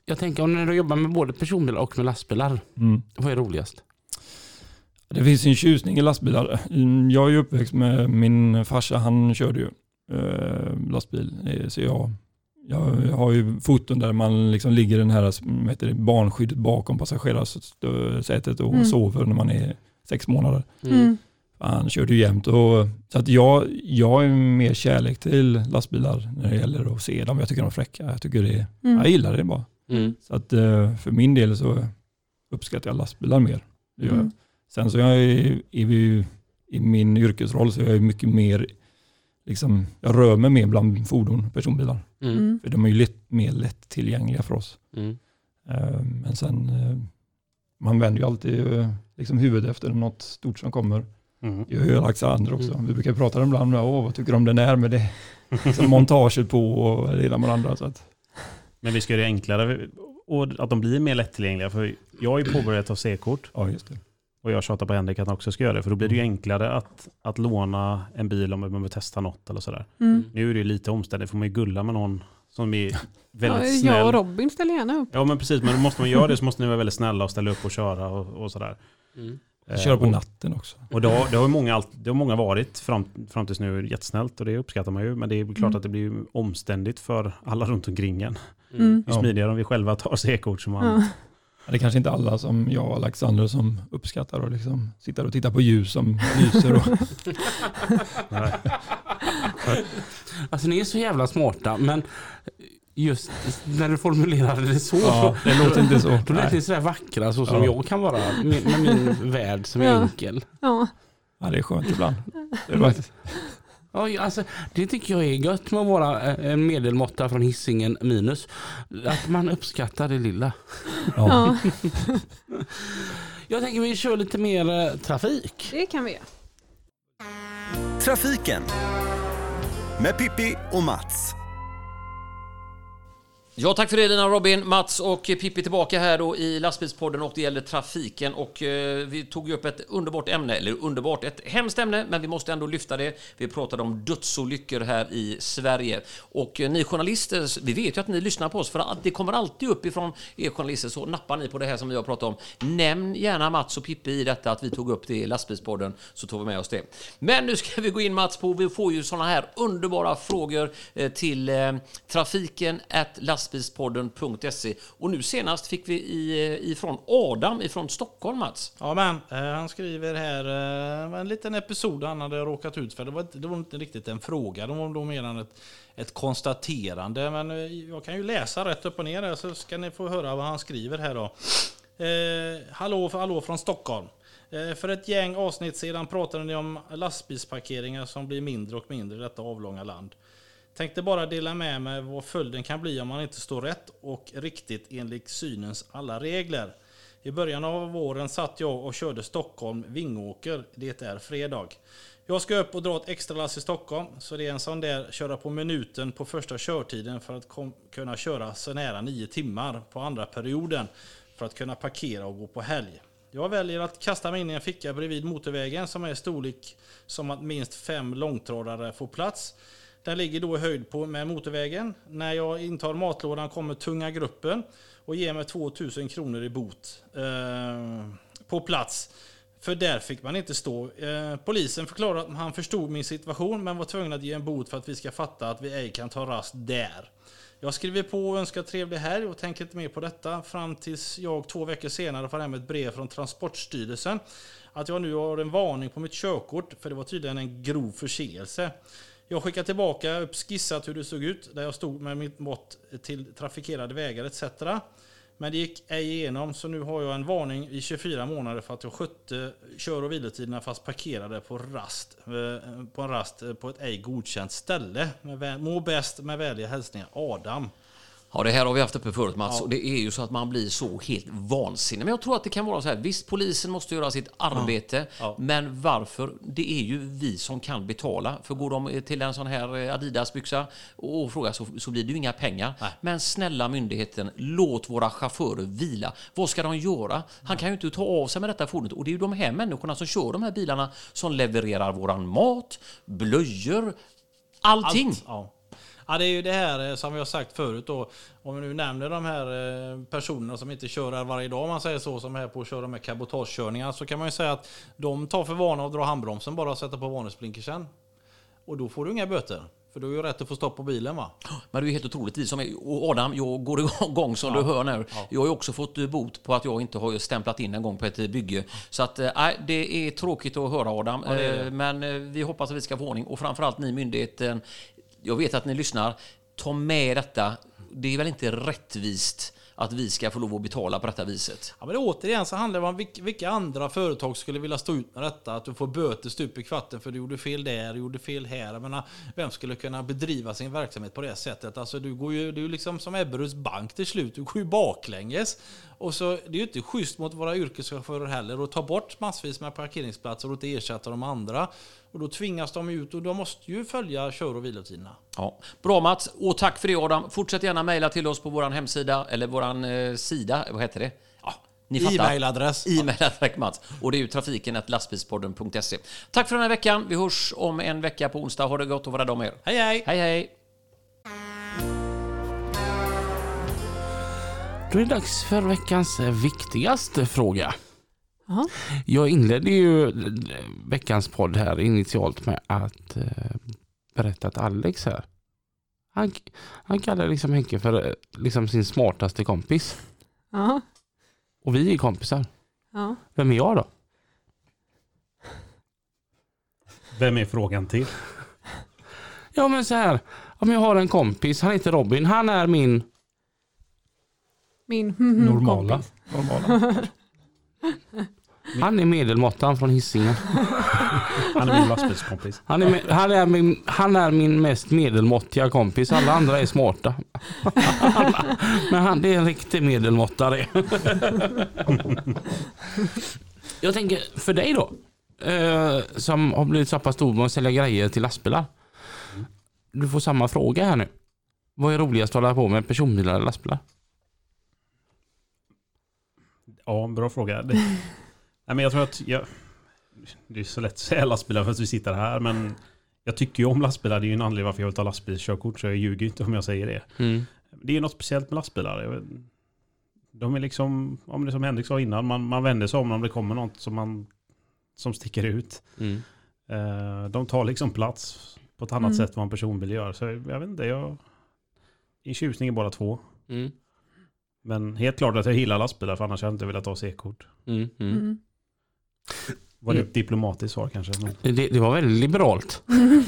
Jag tänker om när du jobbar med både personbilar och med lastbilar, Mm. vad är roligast? Det finns en tjusning i lastbilar. Jag är ju uppväxt med min farsa, han körde ju eh, lastbil. Så jag, jag har ju foton där man liksom ligger i den här vad heter det, barnskyddet bakom passagerarsätet och mm. sover när man är sex månader. Mm. Han körde ju jämt. Och, så att jag, jag är mer kärlek till lastbilar när det gäller att se dem. Jag tycker de är fräcka. Jag, tycker det, mm. jag gillar det bara. Mm. Så att för min del så uppskattar jag lastbilar mer. Det gör jag. Sen så jag är, är vi, i min yrkesroll så är jag mycket mer, liksom, jag rör mig mer bland fordon, personbilar. Mm. För de är ju lätt, mer lätt tillgängliga för oss. Mm. Uh, men sen, uh, man vänder ju alltid uh, liksom huvudet efter något stort som kommer. Mm. Jag gör Alexander också. Mm. Vi brukar prata om ibland, åh vad tycker du om den här med det? Liksom montaget på och det ena med andra. Så att. Men vi ska göra det enklare och att de blir mer lättillgängliga. För jag har ju påbörjat ta C-kort. Ja, just det. Och jag tjatar på Henrik att han också ska göra det. För då blir det ju enklare att, att låna en bil om man vill testa något eller sådär. Mm. Nu är det ju lite omständigt. Får man ju gulla med någon som är väldigt ja, snäll. Jag och Robin ställer gärna upp. Ja men precis. Men då måste man göra det så måste ni vara väldigt snälla och ställa upp och köra och, och sådär. Mm. Eh, köra på natten också. Och då, det, har många, det har många varit fram, fram tills nu jättesnällt. Och det uppskattar man ju. Men det är klart mm. att det blir omständigt för alla runt omkring en. Mm. Ju smidigare om vi själva tar C-kort som man... Ja. Det är kanske inte alla som jag och Alexander som uppskattar och liksom sitter och tittar på ljus som lyser. Och alltså ni är så jävla smarta, men just när du formulerar det så, ja, det låter inte så. Då låter det sådär vackra så som ja. jag kan vara med, med min värld som är ja. enkel. Ja. Ja, det är skönt ibland. Det är faktiskt. Ja, alltså, det tycker jag är gött med att vara en medelmåtta från Hisingen minus. Att man uppskattar det lilla. Ja. Jag tänker vi kör lite mer trafik. Det kan vi göra. Trafiken med Pippi och Mats. Ja, tack för det Lina, Robin, Mats och Pippi tillbaka här då i lastbilspodden och det gäller trafiken och eh, vi tog ju upp ett underbart ämne, eller underbart, ett hemskt ämne, men vi måste ändå lyfta det. Vi pratade om dödsolyckor här i Sverige och eh, ni journalister, vi vet ju att ni lyssnar på oss för att det kommer alltid upp ifrån er journalister, så nappar ni på det här som vi har pratat om. Nämn gärna Mats och Pippi i detta att vi tog upp det i lastbilspodden, så tog vi med oss det. Men nu ska vi gå in Mats på, vi får ju såna här underbara frågor eh, till eh, trafiken at lastbilspodden lastbilspodden punkt se. Och nu senast fick vi i, ifrån Adam ifrån Stockholm, Mats. Ja, men eh, han skriver här eh, en liten episod han hade råkat ut för. Det var, det var inte riktigt en fråga, det var då mer än ett, ett konstaterande. Men eh, jag kan ju läsa rätt upp och ner här, så ska ni få höra vad han skriver här då. Eh, hallå, hallå från Stockholm. Eh, för ett gäng avsnitt sedan pratade ni om lastbilsparkeringar som blir mindre och mindre i detta avlånga land. Tänkte bara dela med mig vad följden kan bli om man inte står rätt och riktigt enligt synens alla regler. I början av våren satt jag och körde Stockholm-Vingåker, det är fredag. Jag ska upp och dra ett extra lass i Stockholm, så det är en sån där köra på minuten på första körtiden för att kom, kunna köra så nära nio timmar på andra perioden för att kunna parkera och gå på helg. Jag väljer att kasta mig in i en ficka bredvid motorvägen som är storlek som att minst fem långtradare får plats. Den ligger då i höjd på med motorvägen. När jag intar matlådan kommer tunga gruppen och ger mig tvåtusen kronor i bot eh, på plats. För där fick man inte stå. Eh, polisen förklarade att han förstod min situation men var tvungen att ge en bot för att vi ska fatta att vi ej kan ta rast där. Jag skriver på och önskar trevlig helg och tänker inte mer på detta fram tills jag två veckor senare får hem ett brev från Transportstyrelsen att jag nu har en varning på mitt körkort, för det var tydligen en grov förseelse. Jag skickade tillbaka upp skissat hur det såg ut där jag stod med mitt mått till trafikerade vägar et cetera. Men det gick ej igenom, så nu har jag en varning i tjugofyra månader för att jag skötte kör- och vilotiderna fast parkerade på rast på en rast på ett ej godkänt ställe. Må bäst, med vänliga hälsningar Adam. Ja, det här har vi haft uppe förut, Mats. Ja. Och det är ju så att man blir så helt vansinnig. Men jag tror att det kan vara så här. Visst, polisen måste göra sitt arbete. Ja. Ja. Men varför? Det är ju vi som kan betala. För går de till en sån här Adidas-byxa och frågar så, så blir det ju inga pengar. Nej. Men snälla myndigheten, låt våra chaufförer vila. Vad ska de göra? Han kan ju inte ta av sig med detta fordonet. Och det är ju de här människorna som kör de här bilarna som levererar våran mat, blöjor, allting. Allt. Ja. Ja, det är ju det här som vi har sagt förut då. Om vi nu nämner de här personerna som inte kör här varje dag, om man säger så, som är på att köra med cabotagekörningar, så kan man ju säga att de tar för vana att dra handbromsen bara och sätta på varningsblinkersen. Och då får du inga böter. För du har ju rätt att få stopp på bilen, va? Men det är ju helt otroligt. Vi som är, och Adam, jag går igång som ja. du hör nu. Ja. Jag har ju också fått bot på att jag inte har stämplat in en gång på ett bygge. Så att, nej, det är tråkigt att höra, Adam. Ja, det det. Men vi hoppas att vi ska få ordning. Och framförallt ni myndigheten, jag vet att ni lyssnar, ta med detta. Det är väl inte rättvist att vi ska få lov att betala på detta viset. Ja, men återigen så handlar det om vilka, vilka andra företag skulle vilja stå ut med detta. Att du får böter stup i kvarten för du gjorde fel där, du gjorde fel här. Jag menar, vem skulle kunna bedriva sin verksamhet på det sättet? Alltså, du går ju, du är liksom som Ebberöds bank till slut. Du går ju baklänges. Och så, det är ju inte schysst mot våra yrkeschaufförer heller att ta bort massvis med parkeringsplatser och inte ersätta de andra. Och då tvingas de ut och de måste ju följa kör- och vilotiderna. Ja. Bra Mats, och tack för det Adam. Fortsätt gärna mejla till oss på vår hemsida eller vår eh, sida, vad heter det? Ja, ni fattar. E-mailadress. E-mailadress Mats. Och det är ju trafiken at lastbilspodden punkt se. Tack för den här veckan. Vi hörs om en vecka på onsdag. Ha det gott och vara dem er. Hej hej! Hej hej! Då är det dags för veckans viktigaste fråga. Aha. Jag inledde ju veckans podd här initialt med att eh, berätta att Alex här, han, han kallar liksom Henke för liksom sin smartaste kompis. Ja. Och vi är kompisar. Ja. Vem är jag då? Vem är frågan till? Ja, men så här, om jag har en kompis, han heter Robin, han är min min normala. normala. Han är medelmåttan från Hisingen. Han är min lastbilskompis. Han är, med, han, är min, han är min mest medelmåttiga kompis. Alla andra är smarta. Men han det är en riktig medelmåttare. Jag tänker, för dig då, eh, som har blivit så pass stor med att sälja grejer till lastbilar. Du får samma fråga här nu. Vad är roligast att hålla på med, personbilar eller lastbilar? Ja, bra fråga. Det, nej, men jag tror att jag, det är så lätt att säga lastbilar för att vi sitter här, men jag tycker ju om lastbilar. Det är ju en anledning varför jag vill ta lastbilskörkort, så jag ljuger inte om jag säger det. Mm. Det är ju något speciellt med lastbilar. Jag vet, de är liksom, om det som Henrik sa innan, man, man vänder sig om om det kommer något som, man, som sticker ut. Mm. Uh, de tar liksom plats på ett annat mm. sätt än vad en personbil gör. Så jag vet inte, jag är tjusning i båda två. Mm. Men helt klart att jag gillar lastbilar, för annars hade jag inte velat ta C-kort. Mm, mm. Mm. Var det ett diplomatiskt svar kanske? Det, det var väldigt liberalt.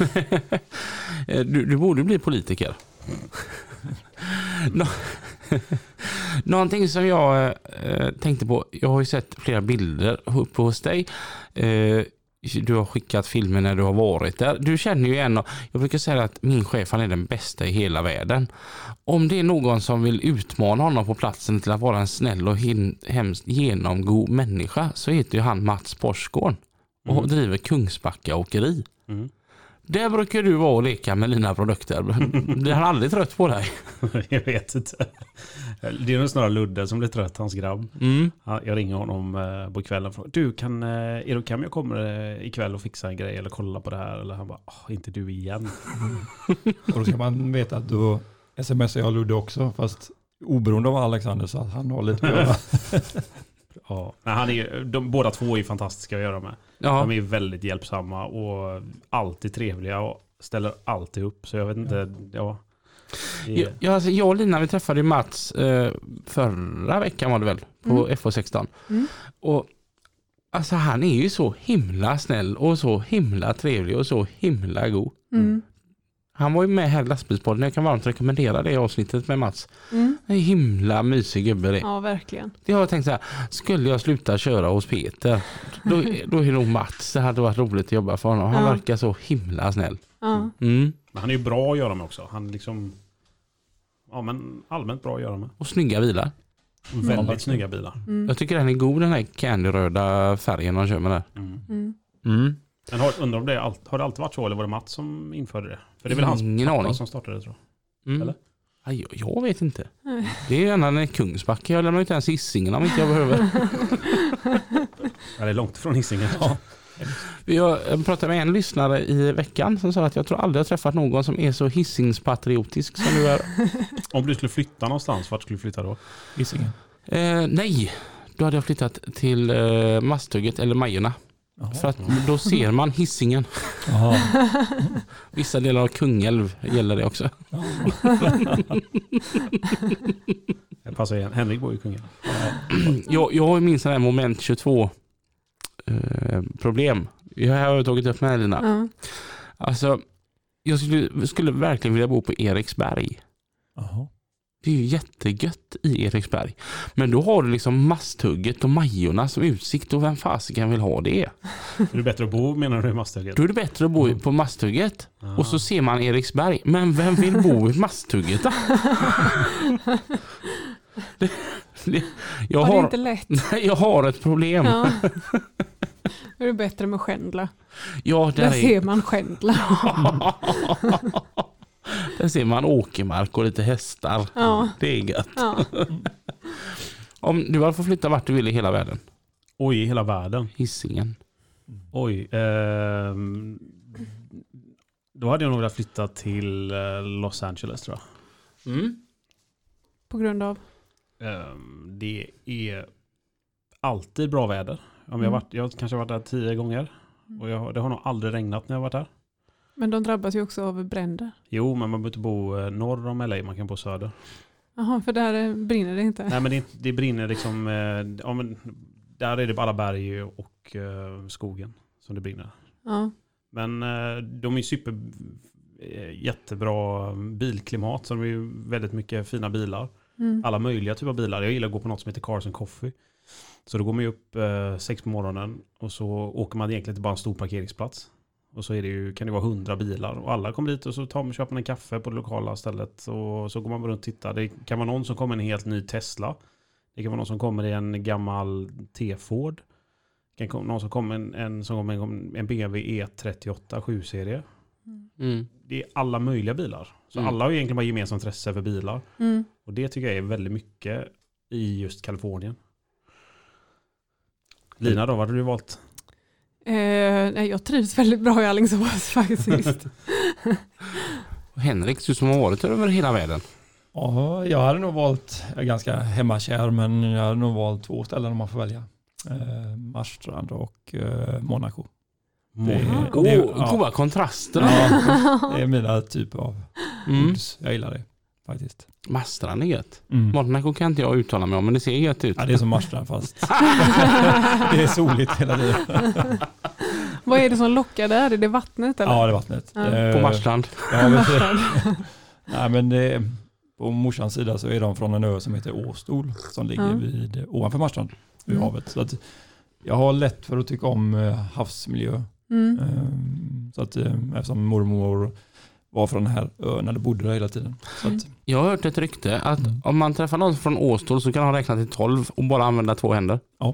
du, du borde bli politiker. Nå, någonting som jag eh, tänkte på, jag har ju sett flera bilder uppe hos dig. Eh, du har skickat filmer när du har varit där. Du känner ju en, jag brukar säga att min chef, han är den bästa i hela världen. Om det är någon som vill utmana honom på platsen till att vara en snäll och hin- hemskt genomgod människa, så heter ju han Mats Porsgård och mm. driver Kungsbacka åkeri. Mm. Där brukar du vara och leka med dina produkter. Blir han aldrig trött på dig? Jag vet inte. Det är nog snarare Ludde som blir trött, hans grabb. Mm. Jag ringer honom på kvällen och frågar, du, kan, är det okej om jag kommer ikväll och fixa en grej eller kolla på det här? Eller han bara, inte du igen. Och då ska man veta att du smsar jag Ludde också, fast oberoende av Alexander, så att han har lite bra. Ja, han är, de, båda två är fantastiska att göra med. Ja. De är väldigt hjälpsamma och alltid trevliga och ställer alltid upp. Så jag vet inte, ja. Jag, jag, alltså, jag och Lina, vi träffade Mats eh, förra veckan var det väl, på mm. F O sexton. Mm. Och alltså han är ju så himla snäll och så himla trevlig och så himla god. Mm. Han var ju med här i lastbilspodden. Jag kan varmt rekommendera det avsnittet med Mats. Mm. En himla mysig gubbe det. Ja, verkligen. Det har jag tänkt så här, skulle jag sluta köra hos Peter, då, då är det nog Mats. Det hade varit roligt att jobba för honom. Han ja. verkar så himla snäll. Ja. Mm. Men han är ju bra att göra med också. Han liksom, ja men allmänt bra att göra med. Och snygga bilar. Mm. Väldigt mm. snygga bilar. Mm. Jag tycker den är god, den här candyröda färgen de kör med där. Mm. Mm. Mm. Men har, undrar om det, har det alltid varit så, eller var det Mats som införde det? För det är väl hans Ingen pappa aning. som startade det, tror jag. Mm. Eller? Ja, jag, jag vet inte. Nej. Det är gärna när Kungsbacka. Jag lämnar inte ens Hisingen om inte jag behöver. Ja, det är långt från Hisingen. Ja. Vi har jag pratade med en lyssnare i veckan som sa att jag tror aldrig jag träffat någon som är så hissingspatriotisk som du är. Om du skulle flytta någonstans, vart skulle du flytta då? Hisingen. Eh, nej, då hade jag flyttat till eh, Masthugget eller Majorna. Jaha. För att då ser man Hisingen. Jaha. Vissa delar av Kungälv gäller det också. Jag passar igen. Henrik bor i Kungälv. Jag, jag har minst sån här moment tjugotvå eh, problem. Jag har tagit upp med Elina. Ja. Alltså, jag skulle, skulle verkligen vilja bo på Eriksberg. Jaha. Det är ju jättegött i Eriksberg. Men då har du liksom Masthugget och Majorna som utsikt, och vem fasiken vill ha det? Är det bättre att bo, menar du, i Masthugget? Då är det bättre att bo på Masthugget. Ah. Och så ser man Eriksberg. Men vem vill bo i Masthugget då? det, det, jag, Var det har, inte lätt? jag har ett problem. Ja. Då är det bättre med Skändla. Ja, där, Där är, ser man Skändla. där ser man åkermark och lite hästar. Ja. Det är gött. Ja. Om du hade fått flytta vart du vill i hela världen. Oj, i hela världen. Hisingen. Oj. Ehm, då hade jag nog velat flytta till eh, Los Angeles, tror jag. Mm. På grund av? Ehm, det är alltid bra väder. Om jag, Mm. varit, jag kanske har varit där tio gånger. Och jag, det har nog aldrig regnat när jag varit där. Men de drabbas ju också av bränder. Jo, men man behöver inte bo eh, norr om L A, man kan bo söder. Jaha, för där eh, brinner det inte. Nej, men det, det brinner liksom... Eh, ja, men där är det alla berg och eh, skogen som det brinner. Ja. Men eh, de är super eh, jättebra bilklimat, så det är väldigt mycket fina bilar. Mm. Alla möjliga typer av bilar. Jag gillar att gå på något som heter Cars and Coffee. Så då går man ju upp eh, sex på morgonen och så åker man egentligen till bara en stor parkeringsplats. Och så är det ju, kan det vara hundra bilar och alla kommer dit och så tar man, köper man en kaffe på det lokala stället och så går man runt och tittar. Det kan vara någon som kommer en helt ny Tesla. Det kan vara någon som kommer i en gammal T-Ford. Det kan komma någon som kommer en, en, som kommer en, en B M W E trettioåtta sju-serie. Mm. Det är alla möjliga bilar. Så Mm. alla har egentligen bara gemensamt intresse för bilar. Mm. Och det tycker jag är väldigt mycket i just Kalifornien. Lina då, vad har du valt? Eh, nej, jag trivs väldigt bra i Alingsås faktiskt. Och Henrik, du som har varit över hela världen. Ja, jag hade nog valt, jag är ganska hemmakär, men jag hade nog valt två ställen om man får välja. Eh, Marstrand och eh, Monaco. Det, Åh, det, oh, ja, goda kontraster. ja, det är mina typer av Mm. odds. Jag gillar det faktiskt. Marstrand är gött. Mm. Monaco kan inte jag uttala mig om, men det ser gött ut. Ja, det är som Marstrand fast det är soligt hela tiden. Vad är det som lockar där? Är det vattnet eller? Ja, det är vattnet. Ja. Eh, På Marstrand. Ja, men, nej, men det, på morsans sida så är de från en ö som heter Åstol som ligger Ja. vid, ovanför Marstrand vid Mm. havet. Så att jag har lätt för att tycka om eh, havsmiljö. Mm. Eh, så att, eh, eftersom mormor var från den här ön eller bodde där hela tiden. Så att, Jag har hört ett rykte att Mm. om man träffar någon från Åstol så kan han räkna till tolv och bara använda två händer. ja,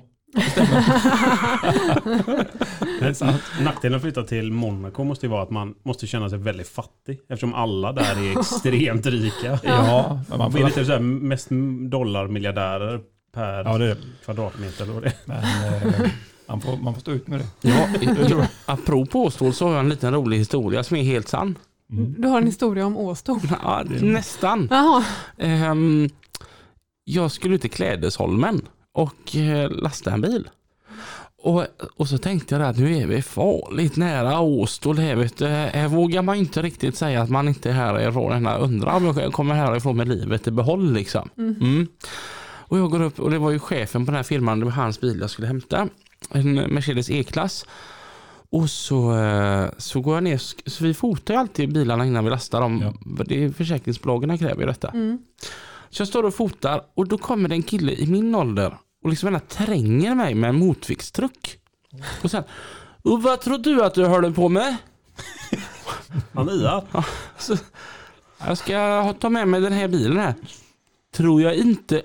Det är sant. Nackdelen att flytta till Monaco måste ju vara att man måste känna sig väldigt fattig. Eftersom alla där är extremt rika. ja, men man Man får är lite så här mest dollarmiljardärer per ja, det är det. kvadratmeter. Då det. Men eh, man, får, man får stå ut med det. Ja, jag, apropå Åstol så har jag en liten rolig historia som är helt sann. Mm. Du har en historia om Åstol. Ja, nästan. Jaha. Ehm, jag skulle ut till Klädesholmen och eh, lasta en bil. Och, och så tänkte jag att nu är vi farligt nära Åstol. Här, vet du. Här vågar man inte riktigt säga att man inte är härifrån. Jag undrar om jag kommer härifrån med livet i behåll. Liksom. Mm. Och jag går upp, och det var ju chefen på den här firman, det var hans bil jag skulle hämta. En Mercedes E-klass. Och så, så går jag ner, så vi fotar ju alltid bilarna innan vi lastar dem. Ja. Det är försäkringsbolagen kräver ju detta. Mm. Så jag står och fotar och då kommer det en kille i min ålder och liksom gärna tränger mig med en motviktstruck. Och sen, och vad tror du att du håller på med? Ania. Ja, så, jag ska ha- ta med mig den här bilen här. Tror jag inte.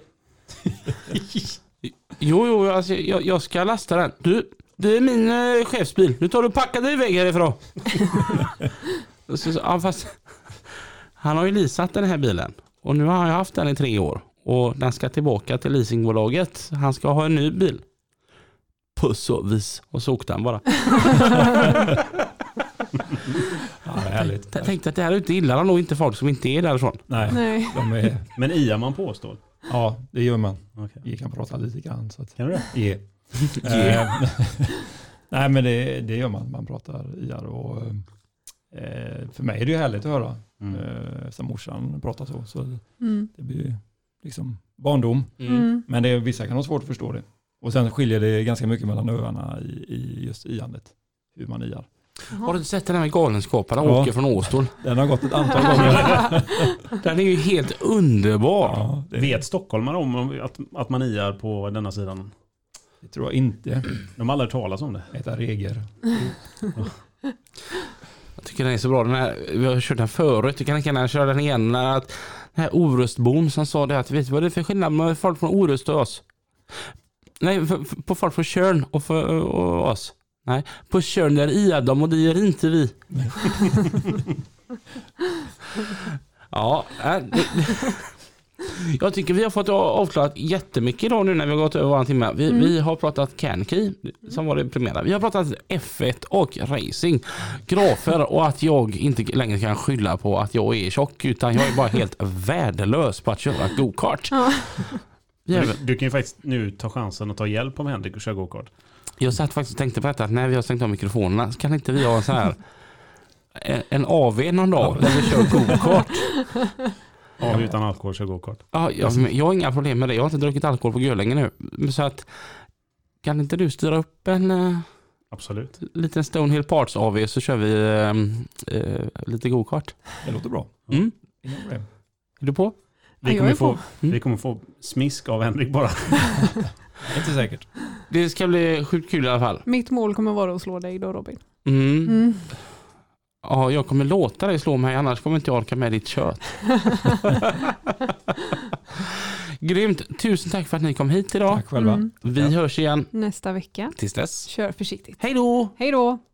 Jo, jo, alltså, jag, jag ska lasta den. Du, det är min eh, chefsbil. Nu tar du och packar dig iväg härifrån. så, så, ja, fast, han har ju leasat den här bilen. Och nu har jag haft den i tre år. Och den ska tillbaka till leasingbolaget. Han ska ha en ny bil. puss och vis. Och så åkte han bara. Ja, det är härligt. Jag tänkte att det här ute gillar nog inte folk som inte är därifrån. Nej, Nej. de är, Men iar man på stål? ja, det gör man. Okay. Vi kan prata lite grann. Så att, Kan du det? yeah. Yeah. Eh, Nej, men det, det gör man. Man pratar iar och eh, för mig är det ju härligt att höra. Mm. Eh, som morsan pratar så. Så Mm. det blir liksom barndom. Mm. Men det, vissa kan ha svårt att förstå det. Och sen skiljer det ganska mycket mellan öarna i, i just iandet. Hur man iar. Har du inte sett den här med galenskaparna Ja. åker från Åstol? Den har gått ett antal gånger. Den är ju helt underbar. Ja, det, Vet stockholmare om att, att man iar på denna sidan? det tror jag inte. De har aldrig talas om det. Äta reger. Jag tycker den är så bra. Den här, vi har kört den förut. Du kan lika gärna köra den igen. När att, den här Orustbon som sa det att vet du vad det är för skillnad med folk från Orust och oss? Nej, för, för, på folk från Tjörn och, för, och oss. Nej, på Tjörn där iar de och det gör inte vi. Ja, äh, det, jag tycker vi har fått avklarat jättemycket idag nu när vi har gått över en timme. Vi, mm. vi har pratat Cankey som var det primära. Vi har pratat F ett och racing, grafer och att jag inte längre kan skylla på att jag är tjock utan jag är bara helt värdelös på att köra go-kart. Ja. Du, du kan ju faktiskt nu ta chansen att ta hjälp om Henrik och köra go-kart. Jag satt faktiskt och tänkte på detta att när vi har stängt av mikrofonerna så kan inte vi ha en så här en, en A V någon dag där vi kör go-kart. Ja, utan alkohol kör go-kart. Ja, jag, jag har inga problem med det. Jag har inte druckit alkohol på länge nu. Så att kan inte du styra upp en uh, Absolut. liten Stonehill Parts A V så kör vi uh, uh, lite go-kart. Det låter bra. Mm. Inga problem. Är du på? Vi Ja, kommer, jag är få, på. Mm. vi kommer få smisk av Henrik bara. Inte säkert. Det ska bli sjukt kul i alla fall. Mitt mål kommer vara att slå dig då, Robin. Mm. Mm. Ja, jag kommer låta dig slå mig annars kommer inte jag orka med ditt kött. Grymt. Tusen tack för att ni kom hit idag. Tack själva. Mm. Vi Ja. hörs igen Nästa vecka. tills dess. Kör försiktigt. Hej då! Hej då!